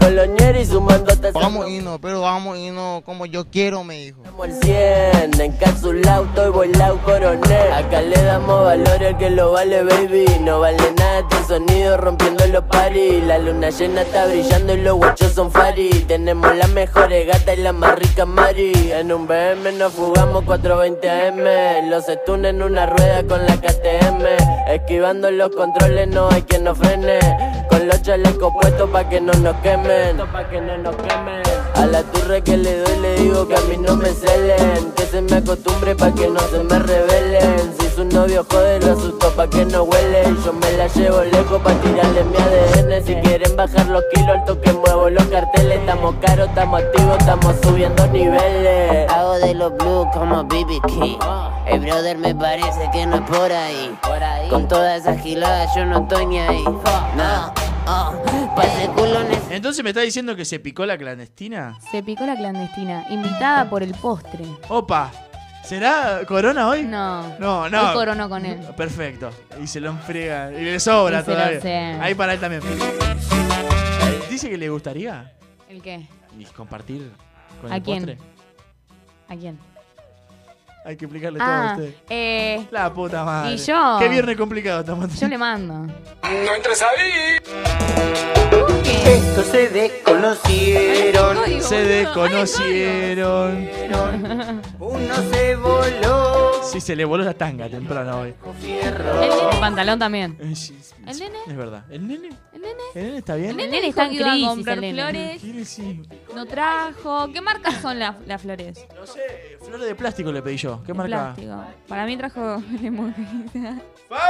N: con los ñeris sumando hasta
C: Vamos a irnos, pero vamos a irnos como yo quiero, me dijo.
N: el 100, encapsulado, estoy volado, coronel. Acá le damos valor al que lo vale, baby. No vale nada este sonido rompiendo los paris. La luna llena está brillando y los guachos son fari. Tenemos las mejores gatas y las más ricas mari. En un BM nos fugamos 420 AM. Los stun en una rueda con la KTM. Esquivando los controles, no hay quien nos frene. Con los chalecos puestos pa' que no nos quemen. A la turre que le doy le digo que a mí no me celen. Que se me acostumbre pa' que no se me rebelen. Si su novio jode lo asusto pa' que no huele. Yo me la llevo lejos pa' tirarle mi ADN. Si quieren bajar los kilos al toque muevo los carteles. Estamos caros, estamos activos, estamos subiendo niveles.
O: Hago de los blues como BB King. Hey brother, me parece que no es por ahí. Con todas esas giladas yo no estoy ni ahí. No, pase culones.
B: Entonces me está diciendo que se picó la clandestina.
A: Se picó la clandestina, invitada por el postre.
B: Opa, ¿será Corona hoy?
A: No.
B: No.
A: Hoy coronó con él.
B: Perfecto. Y se lo enfriega. Y le sobra
A: Y se lo
B: todavía.
A: sé.
B: Ahí para él también. Dice que le gustaría.
A: ¿El qué?
B: Y compartir con
A: ¿A
B: el
A: quién?
B: postre.
A: ¿A quién?
B: Hay que explicarle todo a usted. La puta madre.
A: Y yo.
B: Qué viernes complicado estamos.
A: Yo le mando.
L: No entres ahí.
C: Estos se desconocieron.
B: Se desconocieron.
C: Uno se voló.
B: Sí, se le voló la tanga temprano hoy.
A: El pantalón también.
E: ¿El nene?
B: Es verdad. ¿El nene?
E: ¿El nene?
B: ¿El nene está bien?
E: El nene
A: está en
E: dijo que iba a
A: crisis,
E: comprar
A: el nene.
E: flores.
B: Sí.
E: No trajo. ¿Qué marcas son las flores?
B: No sé, flores de plástico le pedí yo. ¿Qué
E: De
B: marca?
E: plástico. Para mí trajo lemon.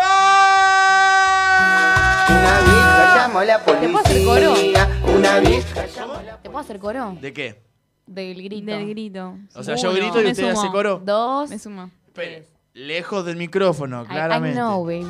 C: Una vieja llamó a la
A: ¿Te puedo hacer coro?
C: policía. Una vieja llamó a la
A: ¿Te puedo hacer coro?
B: ¿De qué?
A: Del grito.
E: Del grito.
B: O sea, yo grito y
E: Me
B: usted
E: sumo.
B: hace coro.
A: 2.
E: Me sumo.
B: Espere, lejos del micrófono,
A: I
B: claramente.
A: know, baby.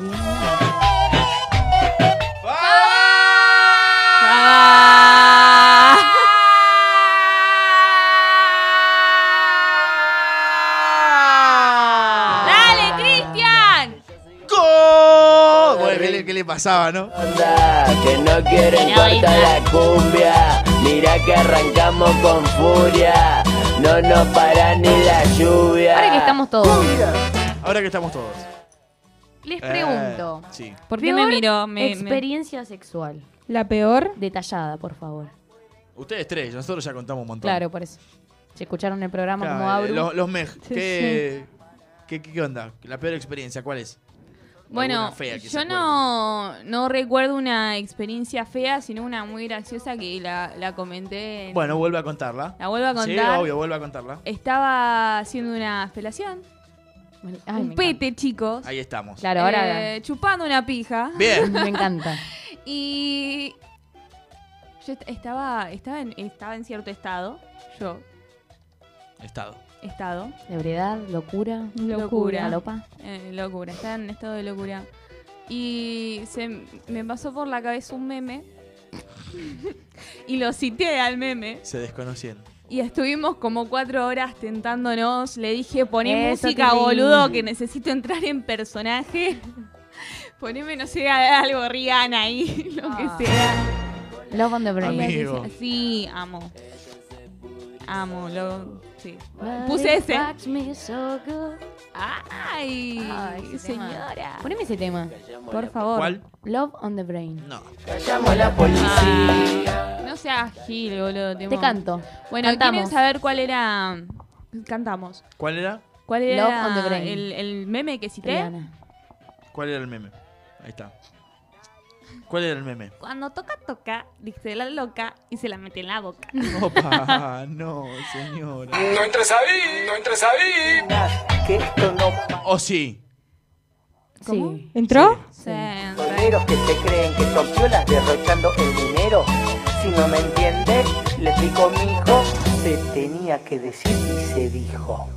E: ¡Dale, Cristian!
B: ¡Gol! Bueno, ¿qué le pasaba, no?
N: Que no quieren cortar la cumbia. Mira que arrancamos con furia. No nos para ni la lluvia.
A: Ahora que estamos todos.
B: Ahora que estamos todos.
A: Les pregunto.
B: Sí.
E: ¿Por qué me
A: Peor
E: miró?
A: experiencia sexual.
D: La peor.
A: Detallada, por favor.
B: Ustedes tres, nosotros ya contamos un montón.
A: Claro, por eso. Si escucharon el programa
B: Claro,
A: como abro.
B: los mej. ¿Qué onda? La peor experiencia, ¿cuál es?
E: Bueno,
B: ¿Alguna fea que se
E: yo
B: acuerde?
E: no recuerdo una experiencia fea, sino una muy graciosa que la comenté.
B: Bueno, vuelve a contarla.
E: La vuelvo a contar.
B: Sí, obvio, vuelve a contarla.
E: Estaba haciendo una felación.
A: Ay,
E: un
A: me
E: pete, chicos.
B: Ahí estamos.
A: Claro, ahora.
E: Chupando una pija.
B: Bien.
A: Me encanta.
E: Y yo estaba en cierto estado. Estado.
A: Ebriedad, locura.
E: Locura.
A: Galopa.
E: Locura. Estaba en estado de locura. Y me pasó por la cabeza un meme. Y lo cité al meme.
B: Se desconocieron.
E: Y estuvimos como 4 horas tentándonos. Le dije, poné
A: Eso,
E: música,
A: qué lindo.
E: boludo, que necesito entrar en personaje. Poneme, no sé, algo Rihanna ahí, lo que sea.
A: Love on the Brain.
B: Amigo.
E: Sí, amo. Sí. Puse ese. Ay,
A: ese
E: señora.
A: tema. Poneme ese tema.
E: Por favor.
B: ¿Cuál?
A: Love on the Brain.
B: No.
C: Llamó a la policía.
E: No seas gil, boludo.
A: Te canto.
E: Bueno,
A: Cantamos.
E: ¿quieren saber cuál era? Cantamos.
B: ¿Cuál era?
E: ¿Cuál
A: Love
E: era
A: on the Brain.
E: el meme que cité?
A: Rihanna.
B: ¿Cuál era el meme? Ahí está. ¿Cuál era el meme?
E: Cuando toca, dice la loca y se la mete en la boca.
B: Opa, no, señora.
L: No entres ahí, no entres ahí.
C: Que esto no
B: ¿O sí?
E: ¿Cómo?
A: Sí.
D: ¿Entró?
E: Sí.
C: Boleros que se creen que son piolas derrochando el dinero. Si no me entiendes, les digo, mijo, se tenía que decir y se dijo.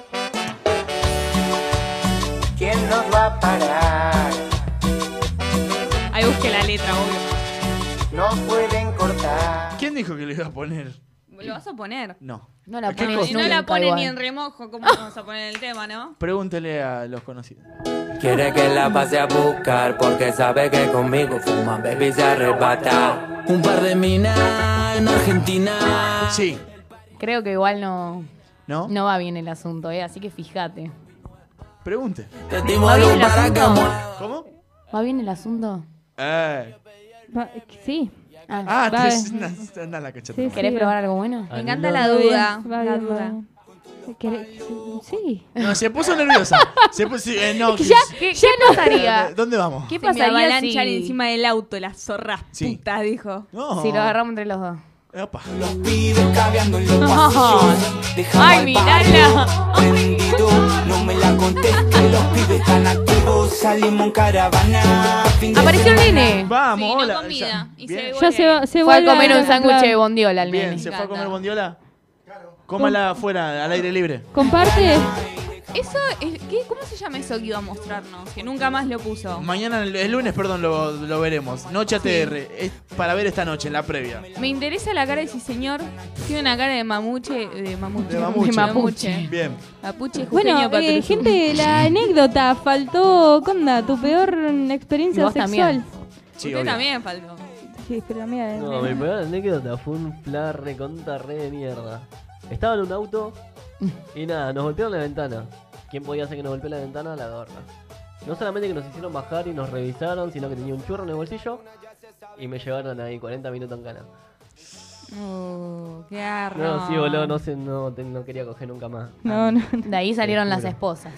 C: ¿Quién nos va a parar?
E: Ahí busqué la letra, obvio.
C: No pueden cortar.
B: ¿Quién dijo que le iba a poner?
E: ¿Lo vas a poner?
B: No.
A: No la
B: ¿Qué
A: pone
B: cosa?
E: Y no la
A: nunca
E: pone
A: igual.
E: ni en remojo, ¿cómo vamos a poner el tema, no?
B: Pregúntele a los conocidos.
M: Quiere que la pase a buscar porque sabe que conmigo fuma, baby se arrebata.
R: Un par de minas en Argentina.
B: Sí.
A: Creo que igual no
B: ¿No?
A: va bien el asunto, así que fíjate.
B: Pregunte.
R: Te
A: ¿Va bien el asunto?
B: ¿Cómo?
A: ¿Va bien el asunto?
D: Sí.
B: Ah,
D: va
B: anda la cacheta.
D: Sí,
A: ¿Querés
D: sí,
A: probar
D: va.
A: algo bueno?
E: Me encanta
D: Va
E: la
D: bien,
E: duda.
D: va
E: La
D: bien, va
E: duda.
D: bien. Sí.
B: No, se puso nerviosa. Se puso, no,
A: ¿Qué pasaría?
B: ¿Dónde vamos?
A: ¿Qué
E: Se me
A: pasaría
E: avalanchan
A: si...
E: encima del auto, las zorras putas, dijo.
B: No.
A: Si lo agarramos entre los dos?
B: Opa.
R: Los pibes cabeando en los
A: No.
R: pasillos. Dejamos
A: Ay,
R: al
A: mirala.
R: barrio prendido. No me la contesté, los pibes están activos. Salimos en caravana. fin de
A: Apareció el
R: semana.
A: nene.
B: Vamos,
E: Sí,
B: hola.
E: no comida. Y
B: Bien.
E: se
D: Ya
E: vuelve.
D: se
A: Fue a
D: vuelve
A: comer un sándwich de
D: claro.
A: bondiola el
B: Bien,
A: nene.
B: ¿se fue a comer bondiola? Cómala afuera, al aire libre.
D: Comparte.
E: Eso es, ¿cómo se llama eso que iba a mostrarnos? Que nunca más lo puso.
B: Mañana, el lunes, perdón, lo veremos. Noche ATR. Es para ver esta noche, en la previa.
E: Me interesa la cara de ese señor. Tiene una cara de mamuche. De mamuche.
B: De mapuche. Bien.
E: Mapuche,
D: Bueno,
E: Jujeño Patrusú.
D: gente, la anécdota faltó. ¿Conda? ¿Tu peor experiencia
A: Y vos
D: sexual?
A: también.
B: Sí,
E: Usted
B: obvio.
E: también faltó.
D: Sí, pero la mía es.
F: No, mi peor anécdota fue un flar recontra re de mierda. Estaba en un auto y nada, nos golpearon la ventana. ¿Quién podía hacer que nos golpeara la ventana? La gorra. No solamente que nos hicieron bajar y nos revisaron, sino que tenía un churro en el bolsillo y me llevaron ahí 40 minutos en cana.
E: Qué arro.
F: No, sí, boludo, no sé, no quería coger nunca más.
D: No.
A: De ahí salieron las esposas.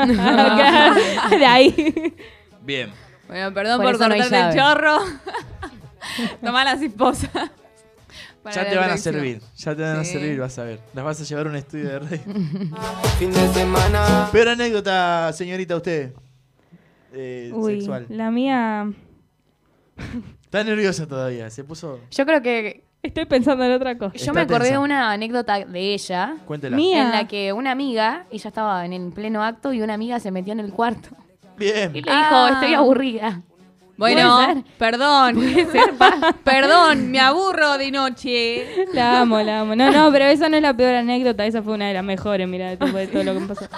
D: De ahí.
B: Bien.
E: Bueno, perdón
A: Por
E: por,
A: eso no hay
E: cortarte el
A: llave.
E: chorro. Tomá las esposas. Para
B: Ya
E: la
B: te van a
E: próxima.
B: servir. Ya te van a
E: Sí.
B: servir, vas a ver. Las vas a llevar a un estudio de rey.
R: Fin de semana.
B: Peor anécdota, señorita, usted.
D: Uy,
B: Sexual.
D: la mía.
B: Está nerviosa todavía. Se puso.
A: Yo creo que...
D: Estoy pensando en otra cosa.
A: Yo me acordé de una anécdota de ella.
B: Cuéntela.
D: Mía.
A: En la que una amiga, ella estaba en el pleno acto y una amiga se metió en el cuarto.
B: Bien.
A: Y le dijo, estoy aburrida.
E: Bueno,
A: ¿Puede ser?
E: perdón. Perdón, me aburro de noche.
D: La amo, la amo. No, pero esa no es la peor anécdota, esa fue una de las mejores, mira, después de todo lo que me pasó.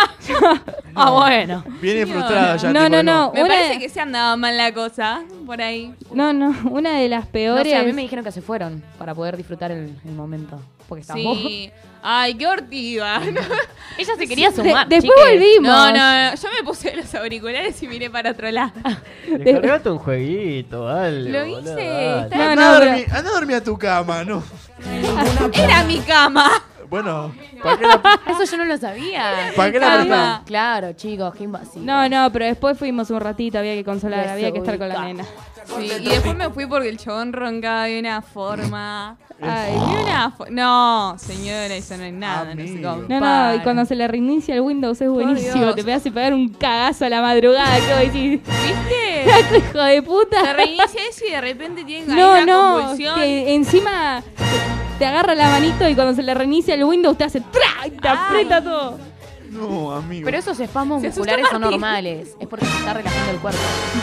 A: Bueno.
B: Viene frustrada ya.
D: No,
B: tipo,
D: no.
E: Me
D: Una-
E: parece que se andaba mal la cosa por ahí.
D: No, una de las
A: No
D: peores.
A: sé, a mí me dijeron que se fueron para poder disfrutar el momento. Porque estábamos...
E: Sí. Ay, qué hortiva.
A: Ella se quería sumar,
D: Después
A: chiques.
D: volvimos.
E: No. Yo me puse los auriculares y miré para otro lado.
F: Descargate un jueguito, algo.
E: Lo
F: boludo,
E: hice,
F: dale.
E: está-
B: Anda a dormir a tu cama, ¿no?
E: Era mi cama.
B: Bueno, ¿para qué la
A: Eso yo no lo sabía.
B: ¿Para qué la apretás?
A: Claro, chicos, qué invasivo.
D: No, pero después fuimos un ratito, había que consolar, había que estar con la nena.
E: Sí, y después me fui porque el chabón roncaba de una forma.
D: Ay.
E: De una no, señora, eso no es nada. No, se
D: No,
E: compara.
D: y cuando se le reinicia el Windows es buenísimo,
E: Dios.
D: te pegas y pegar un cagazo a la madrugada, que vos decís,
E: ¿Viste?
D: hijo de puta.
E: Se reinicia eso y de repente tiene
D: No,
E: una
D: no,
E: convulsión.
D: que encima te agarra la manito y cuando se le reinicia el Windows te hace ¡tra! Y te aprieta todo.
B: No, amigo.
A: Pero esos espasmos
E: Se asustó
A: musculares son
E: Martín.
A: normales. Es porque se está relajando el cuerpo.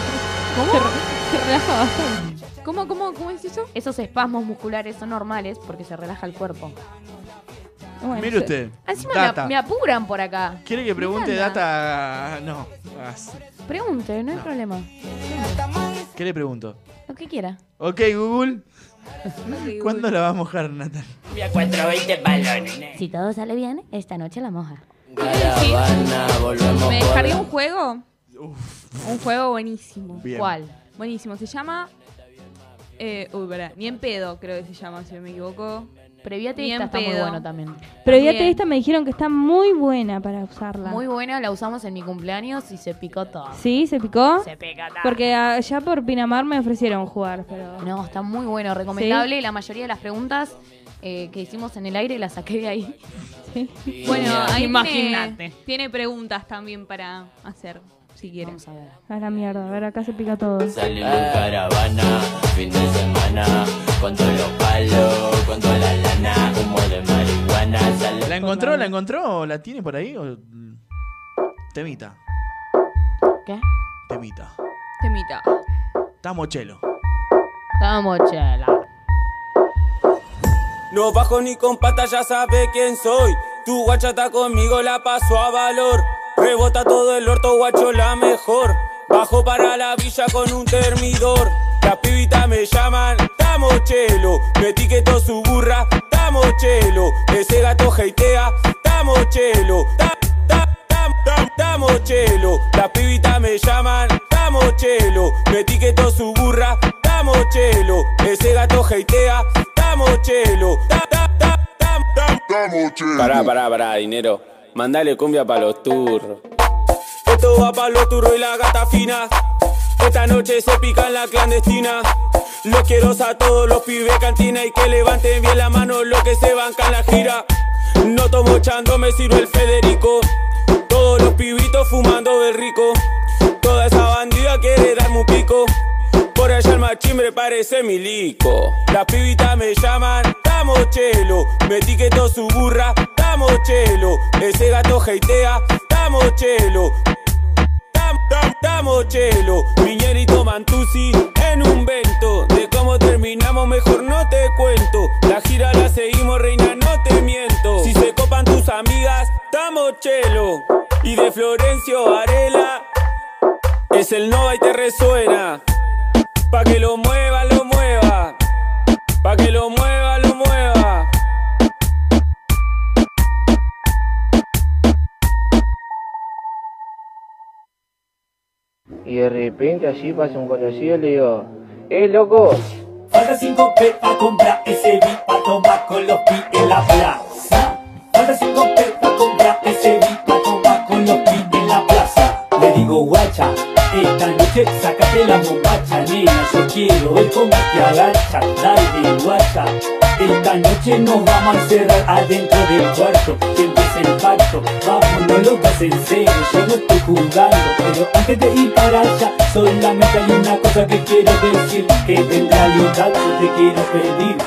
D: Se relaja bastante.
E: ¿Cómo es eso?
A: Esos espasmos musculares son normales porque se relaja el cuerpo.
D: Bueno,
B: Mire usted.
A: Encima
B: Data.
A: me apuran por acá.
B: ¿Quiere que pregunte
A: Me encanta.
B: data? No.
A: Pregunte, no hay problema.
B: ¿Qué le pregunto?
A: Lo que quiera.
B: Ok, Google. ¿Cuándo la va a mojar, Natal?
O: 420 balones.
A: Si todo sale bien, esta noche la moja.
O: Caravana, volvemos
E: Me
O: por
E: descargué
O: la-
E: un juego. Un juego buenísimo.
B: Bien.
A: ¿Cuál?
E: Buenísimo. Se llama. Pará. Ni en pedo, creo que se llama, si no me equivoco.
A: Previate
E: Ni
A: esta
E: en
A: está muy
E: pedo.
A: bueno también.
D: Pero ya
E: También.
D: esta me dijeron que está muy buena para usarla.
A: Muy buena, la usamos en mi cumpleaños y se picó todo.
D: ¿Sí? ¿Se picó?
A: Se pica todo.
D: Porque allá por Pinamar me ofrecieron jugar, pero...
A: No, está muy bueno, recomendable. La mayoría de las preguntas que hicimos en el aire las saqué de ahí.
D: Sí.
E: Bueno, ahí
A: Imagínate.
E: tiene preguntas también para hacer, si quieren.
A: Vamos a ver.
D: A la mierda, a ver, acá se pica todo.
O: Salimos en caravana, fin de semana, con todos los palos, con toda la lana, humo de marihuana. Sale
B: ¿La encontró? ¿La encontró? ¿La tiene por ahí? ¿O... Temita.
A: ¿Qué?
B: Temita.
E: Temita.
B: Está mochelo.
A: Vamos, chela.
L: No bajo ni con pata, ya sabe quién soy. Tu guacha está conmigo, la paso a valor. Rebota todo el orto, guacho, la mejor. Bajo para la villa con un termidor. Las pibitas me llaman, estamos chelo. Me etiquetó su burra, estamos chelo. Ese gato heitea, estamos chelo. Estamos chelo. Las pibitas me llaman, estamos chelo. Me etiquetó su burra, estamos chelo. Ese gato heitea, estamos chelo. Pará, dinero. Mandale cumbia pa' los turros. Esto va pa' los turros y la gata fina. Esta noche se pica en la clandestina. Los quiero a todos los pibes cantina y que levanten bien la mano los que se bancan la gira. No tomo chando, me sirve el Federico. Todos los pibitos fumando del rico. Toda esa bandida quiere darme un pico. Por allá el machimbre parece milico. Las pibitas me llaman, estamos chelo. Me etiquetó su burra, estamos chelo. Ese gato heitea, estamos chelo. Estamos chelo. Miñerito Mantusi en un vento. De cómo terminamos mejor no te cuento. La gira la seguimos, reina, no te miento. Si se copan tus amigas, estamos chelo. Y de Florencio Varela es el Nova y te resuena. Pa' que lo mueva, lo mueva. Pa' que lo mueva, lo mueva.
J: Y de repente allí pasa un conocido y le digo, loco.
R: Falta 5 p pa' comprar ese beat pa' tomar con los pi en la plaza. Falta 5 p pa' comprar ese beat pa' tomar con los pi en la plaza. Le digo guacha, esta noche sácate la bombacha, nena. Yo quiero ver cómo te agacha, dale guacha. Esta noche nos vamos a encerrar adentro del cuarto. Que empiece el pacto, vámonos locas en serio. Yo no estoy jugando, pero antes de ir para allá solamente hay una cosa que quiero decir. Que en realidad yo te quiero pedir.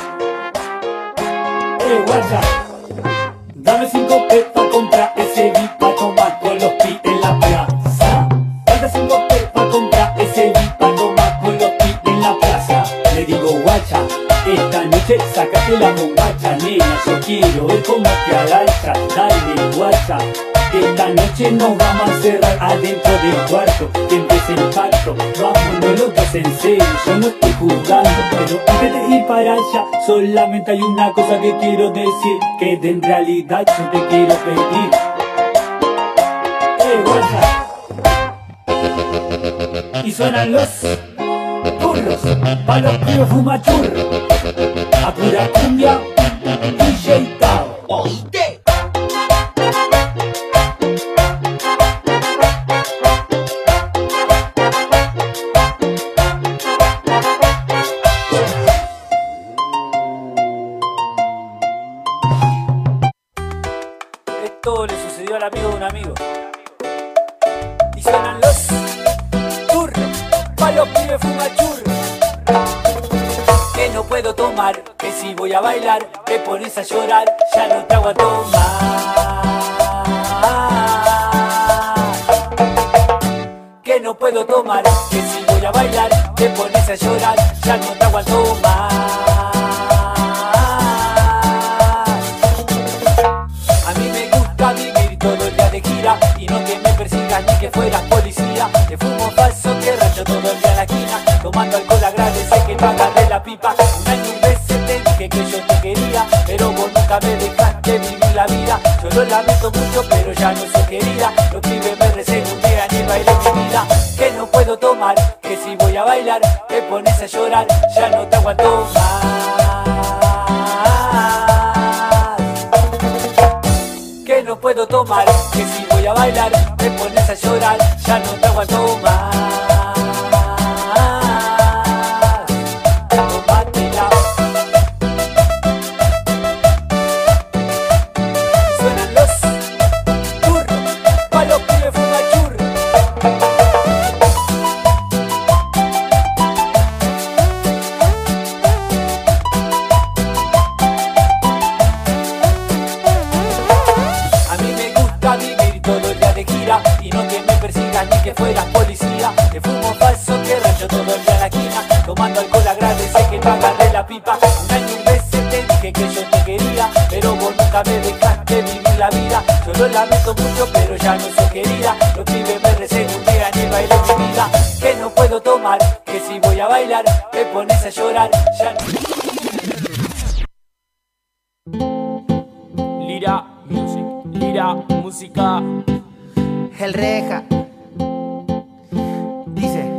R: Guacha, dame 5 p pa' comprar ese beat pa' tomar con los pi en la plaza. Falta 5 p pa' comprar ese beat pa' tomar con los pi en la plaza. Le digo guacha, esta noche sácate la bombacha, nena. Yo quiero ver cómo te agacha, dale guacha. Esta noche nos vamos a encerrar adentro del cuarto. Que empiece el pacto, vámonos locas en serio. Yo no estoy jugando, pero antes de ir para allá solamente hay una cosa que quiero decir. Que en realidad yo te quiero pedir. Guacha. Y suenan los burros pa' los pibes fumachurros. A pura cumbia, DJ Tao. ¿Oíste? Esto le sucedió al amigo de un amigo. Y suenan los turros pa' los pibes fumachurros. Que no puedo tomar, que si voy a bailar te pones a llorar, ya no te hago a tomar. Que no puedo tomar, que si voy a bailar te pones a llorar, ya no te hago a tomar. A mí me gusta vivir todo el día de gira y no que me persigas ni que fueras policía. Te fumo falso que rayo todo el día en la esquina, tomando alcohol agradece que no agarré la pipa. Un año un mes te dije que yo te quería, pero vos nunca me dejaste vivir la vida. Yo lo lamento mucho pero ya no soy querida. Los pibes me resegundean y bailé mi vida. Que no puedo tomar, que si voy a bailar te pones a llorar, ya no te aguanto más. Que no puedo tomar, que si voy a bailar te pones a llorar, ya no te aguanto más. Tómatela. Suenan los turros pa' los pibes fumachurros. A mí me gusta vivir todo el día de gira y no que me persigas ni que fueras policía. Te fumo falso que rayo todo el día en la esquina, tomando alcohol agradece que no agarré la pipa. Un año un mes te dije que yo te quería, pero vos nunca me dejaste vivir la vida. Yo lo lamento mucho pero ya no soy querida. Los pibes me resegundean y bailé mi vida. Que no puedo tomar, que que si voy a bailar te pones a llorar. Ya Lira Music, Lira Música.
C: El Reja dice: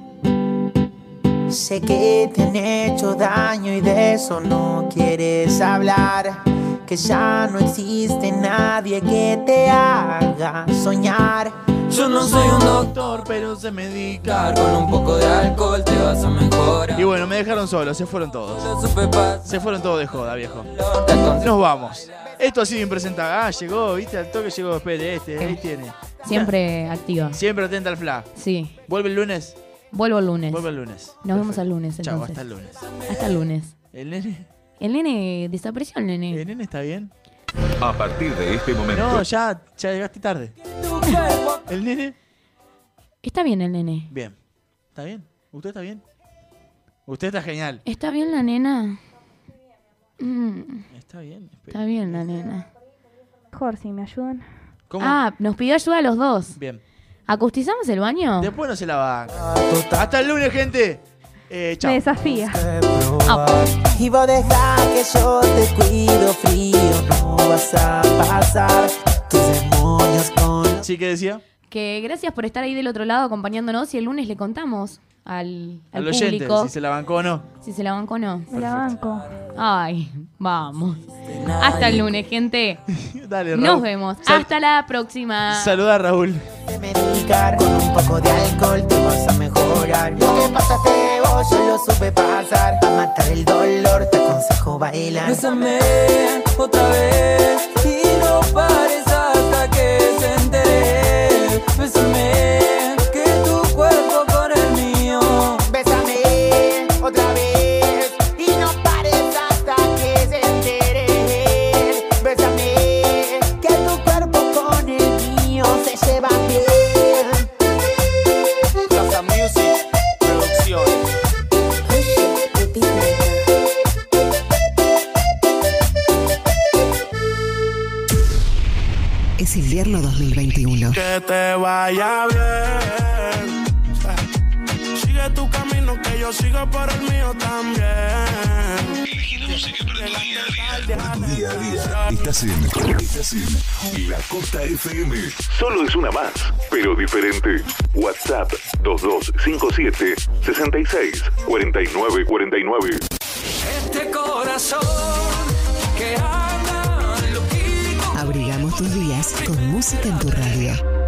C: sé que te han hecho daño y de eso no quieres hablar, que ya no existe nadie que te haga soñar.
R: Yo no soy un doctor,
B: pero se medica.
R: con un poco de alcohol te vas a mejorar.
B: Y bueno, me dejaron solo, se fueron todos. Se fueron todos de joda, viejo. Nos vamos. Esto ha sido impresentable. Ah, llegó, viste, al toque llegó después de este. Ahí tiene.
A: Siempre activa.
B: Siempre atenta al fla.
A: Sí.
B: ¿Vuelve el lunes?
A: Vuelvo el lunes.
B: Vuelve el lunes.
A: Nos vemos el lunes, entonces.
B: Chao, hasta el lunes.
A: Hasta el lunes.
B: ¿El nene?
A: El nene desapareció, el nene.
B: ¿El nene está bien?
K: A partir de este momento.
B: No, ya llegaste tarde. ¿El nene?
A: Está bien el nene.
B: Bien. ¿Está bien? ¿Usted está bien? Usted está genial.
A: ¿Está bien la nena?
B: Está bien.
A: Está bien la nena.
D: Jorge, ¿me ayudan?
B: ¿Cómo?
A: Ah, nos pidió ayuda a los dos.
B: Bien.
A: ¿Acustizamos el baño?
B: Después no se la van. Hasta el lunes, gente. Chao.
D: Me desafía.
C: Y vos dejá que yo te cuido frío, no vas a pasar tus demonios con...
B: ¿Sí que decía?
A: Que gracias por estar ahí del otro lado acompañándonos y el lunes le contamos al
B: oyente,
A: público
B: si se la bancó o no.
A: Si se la bancó o no.
D: Me la banco.
A: Ay, vamos. Hasta el lunes, gente.
B: Dale, Raúl.
A: Nos vemos. Hasta la próxima.
B: Saluda a Raúl.
C: De medicar con un poco de alcohol te vas a mejorar. Lo que pasaste vos yo lo supe pasar. Para matar el dolor te aconsejo bailar.
R: Bésame otra vez y no pares hasta que se entere. Bésame que tu cuerpo con el mío.
C: Bésame otra vez y no pares hasta que se entere. Bésame que tu cuerpo con el mío se lleva bien.
R: Plaza Music Producciones.
T: Es invierno 2021.
L: Que te vaya bien. Sigue tu camino, que yo sigo por el mío también.
K: Eligiendo música para tu día a día. Para tu día a día. Estás en La Costa FM. Solo es una más, pero diferente. WhatsApp 2257 66 49 49.
R: Este corazón que anda loquito.
T: Abrigamos tus días con música en tu radio.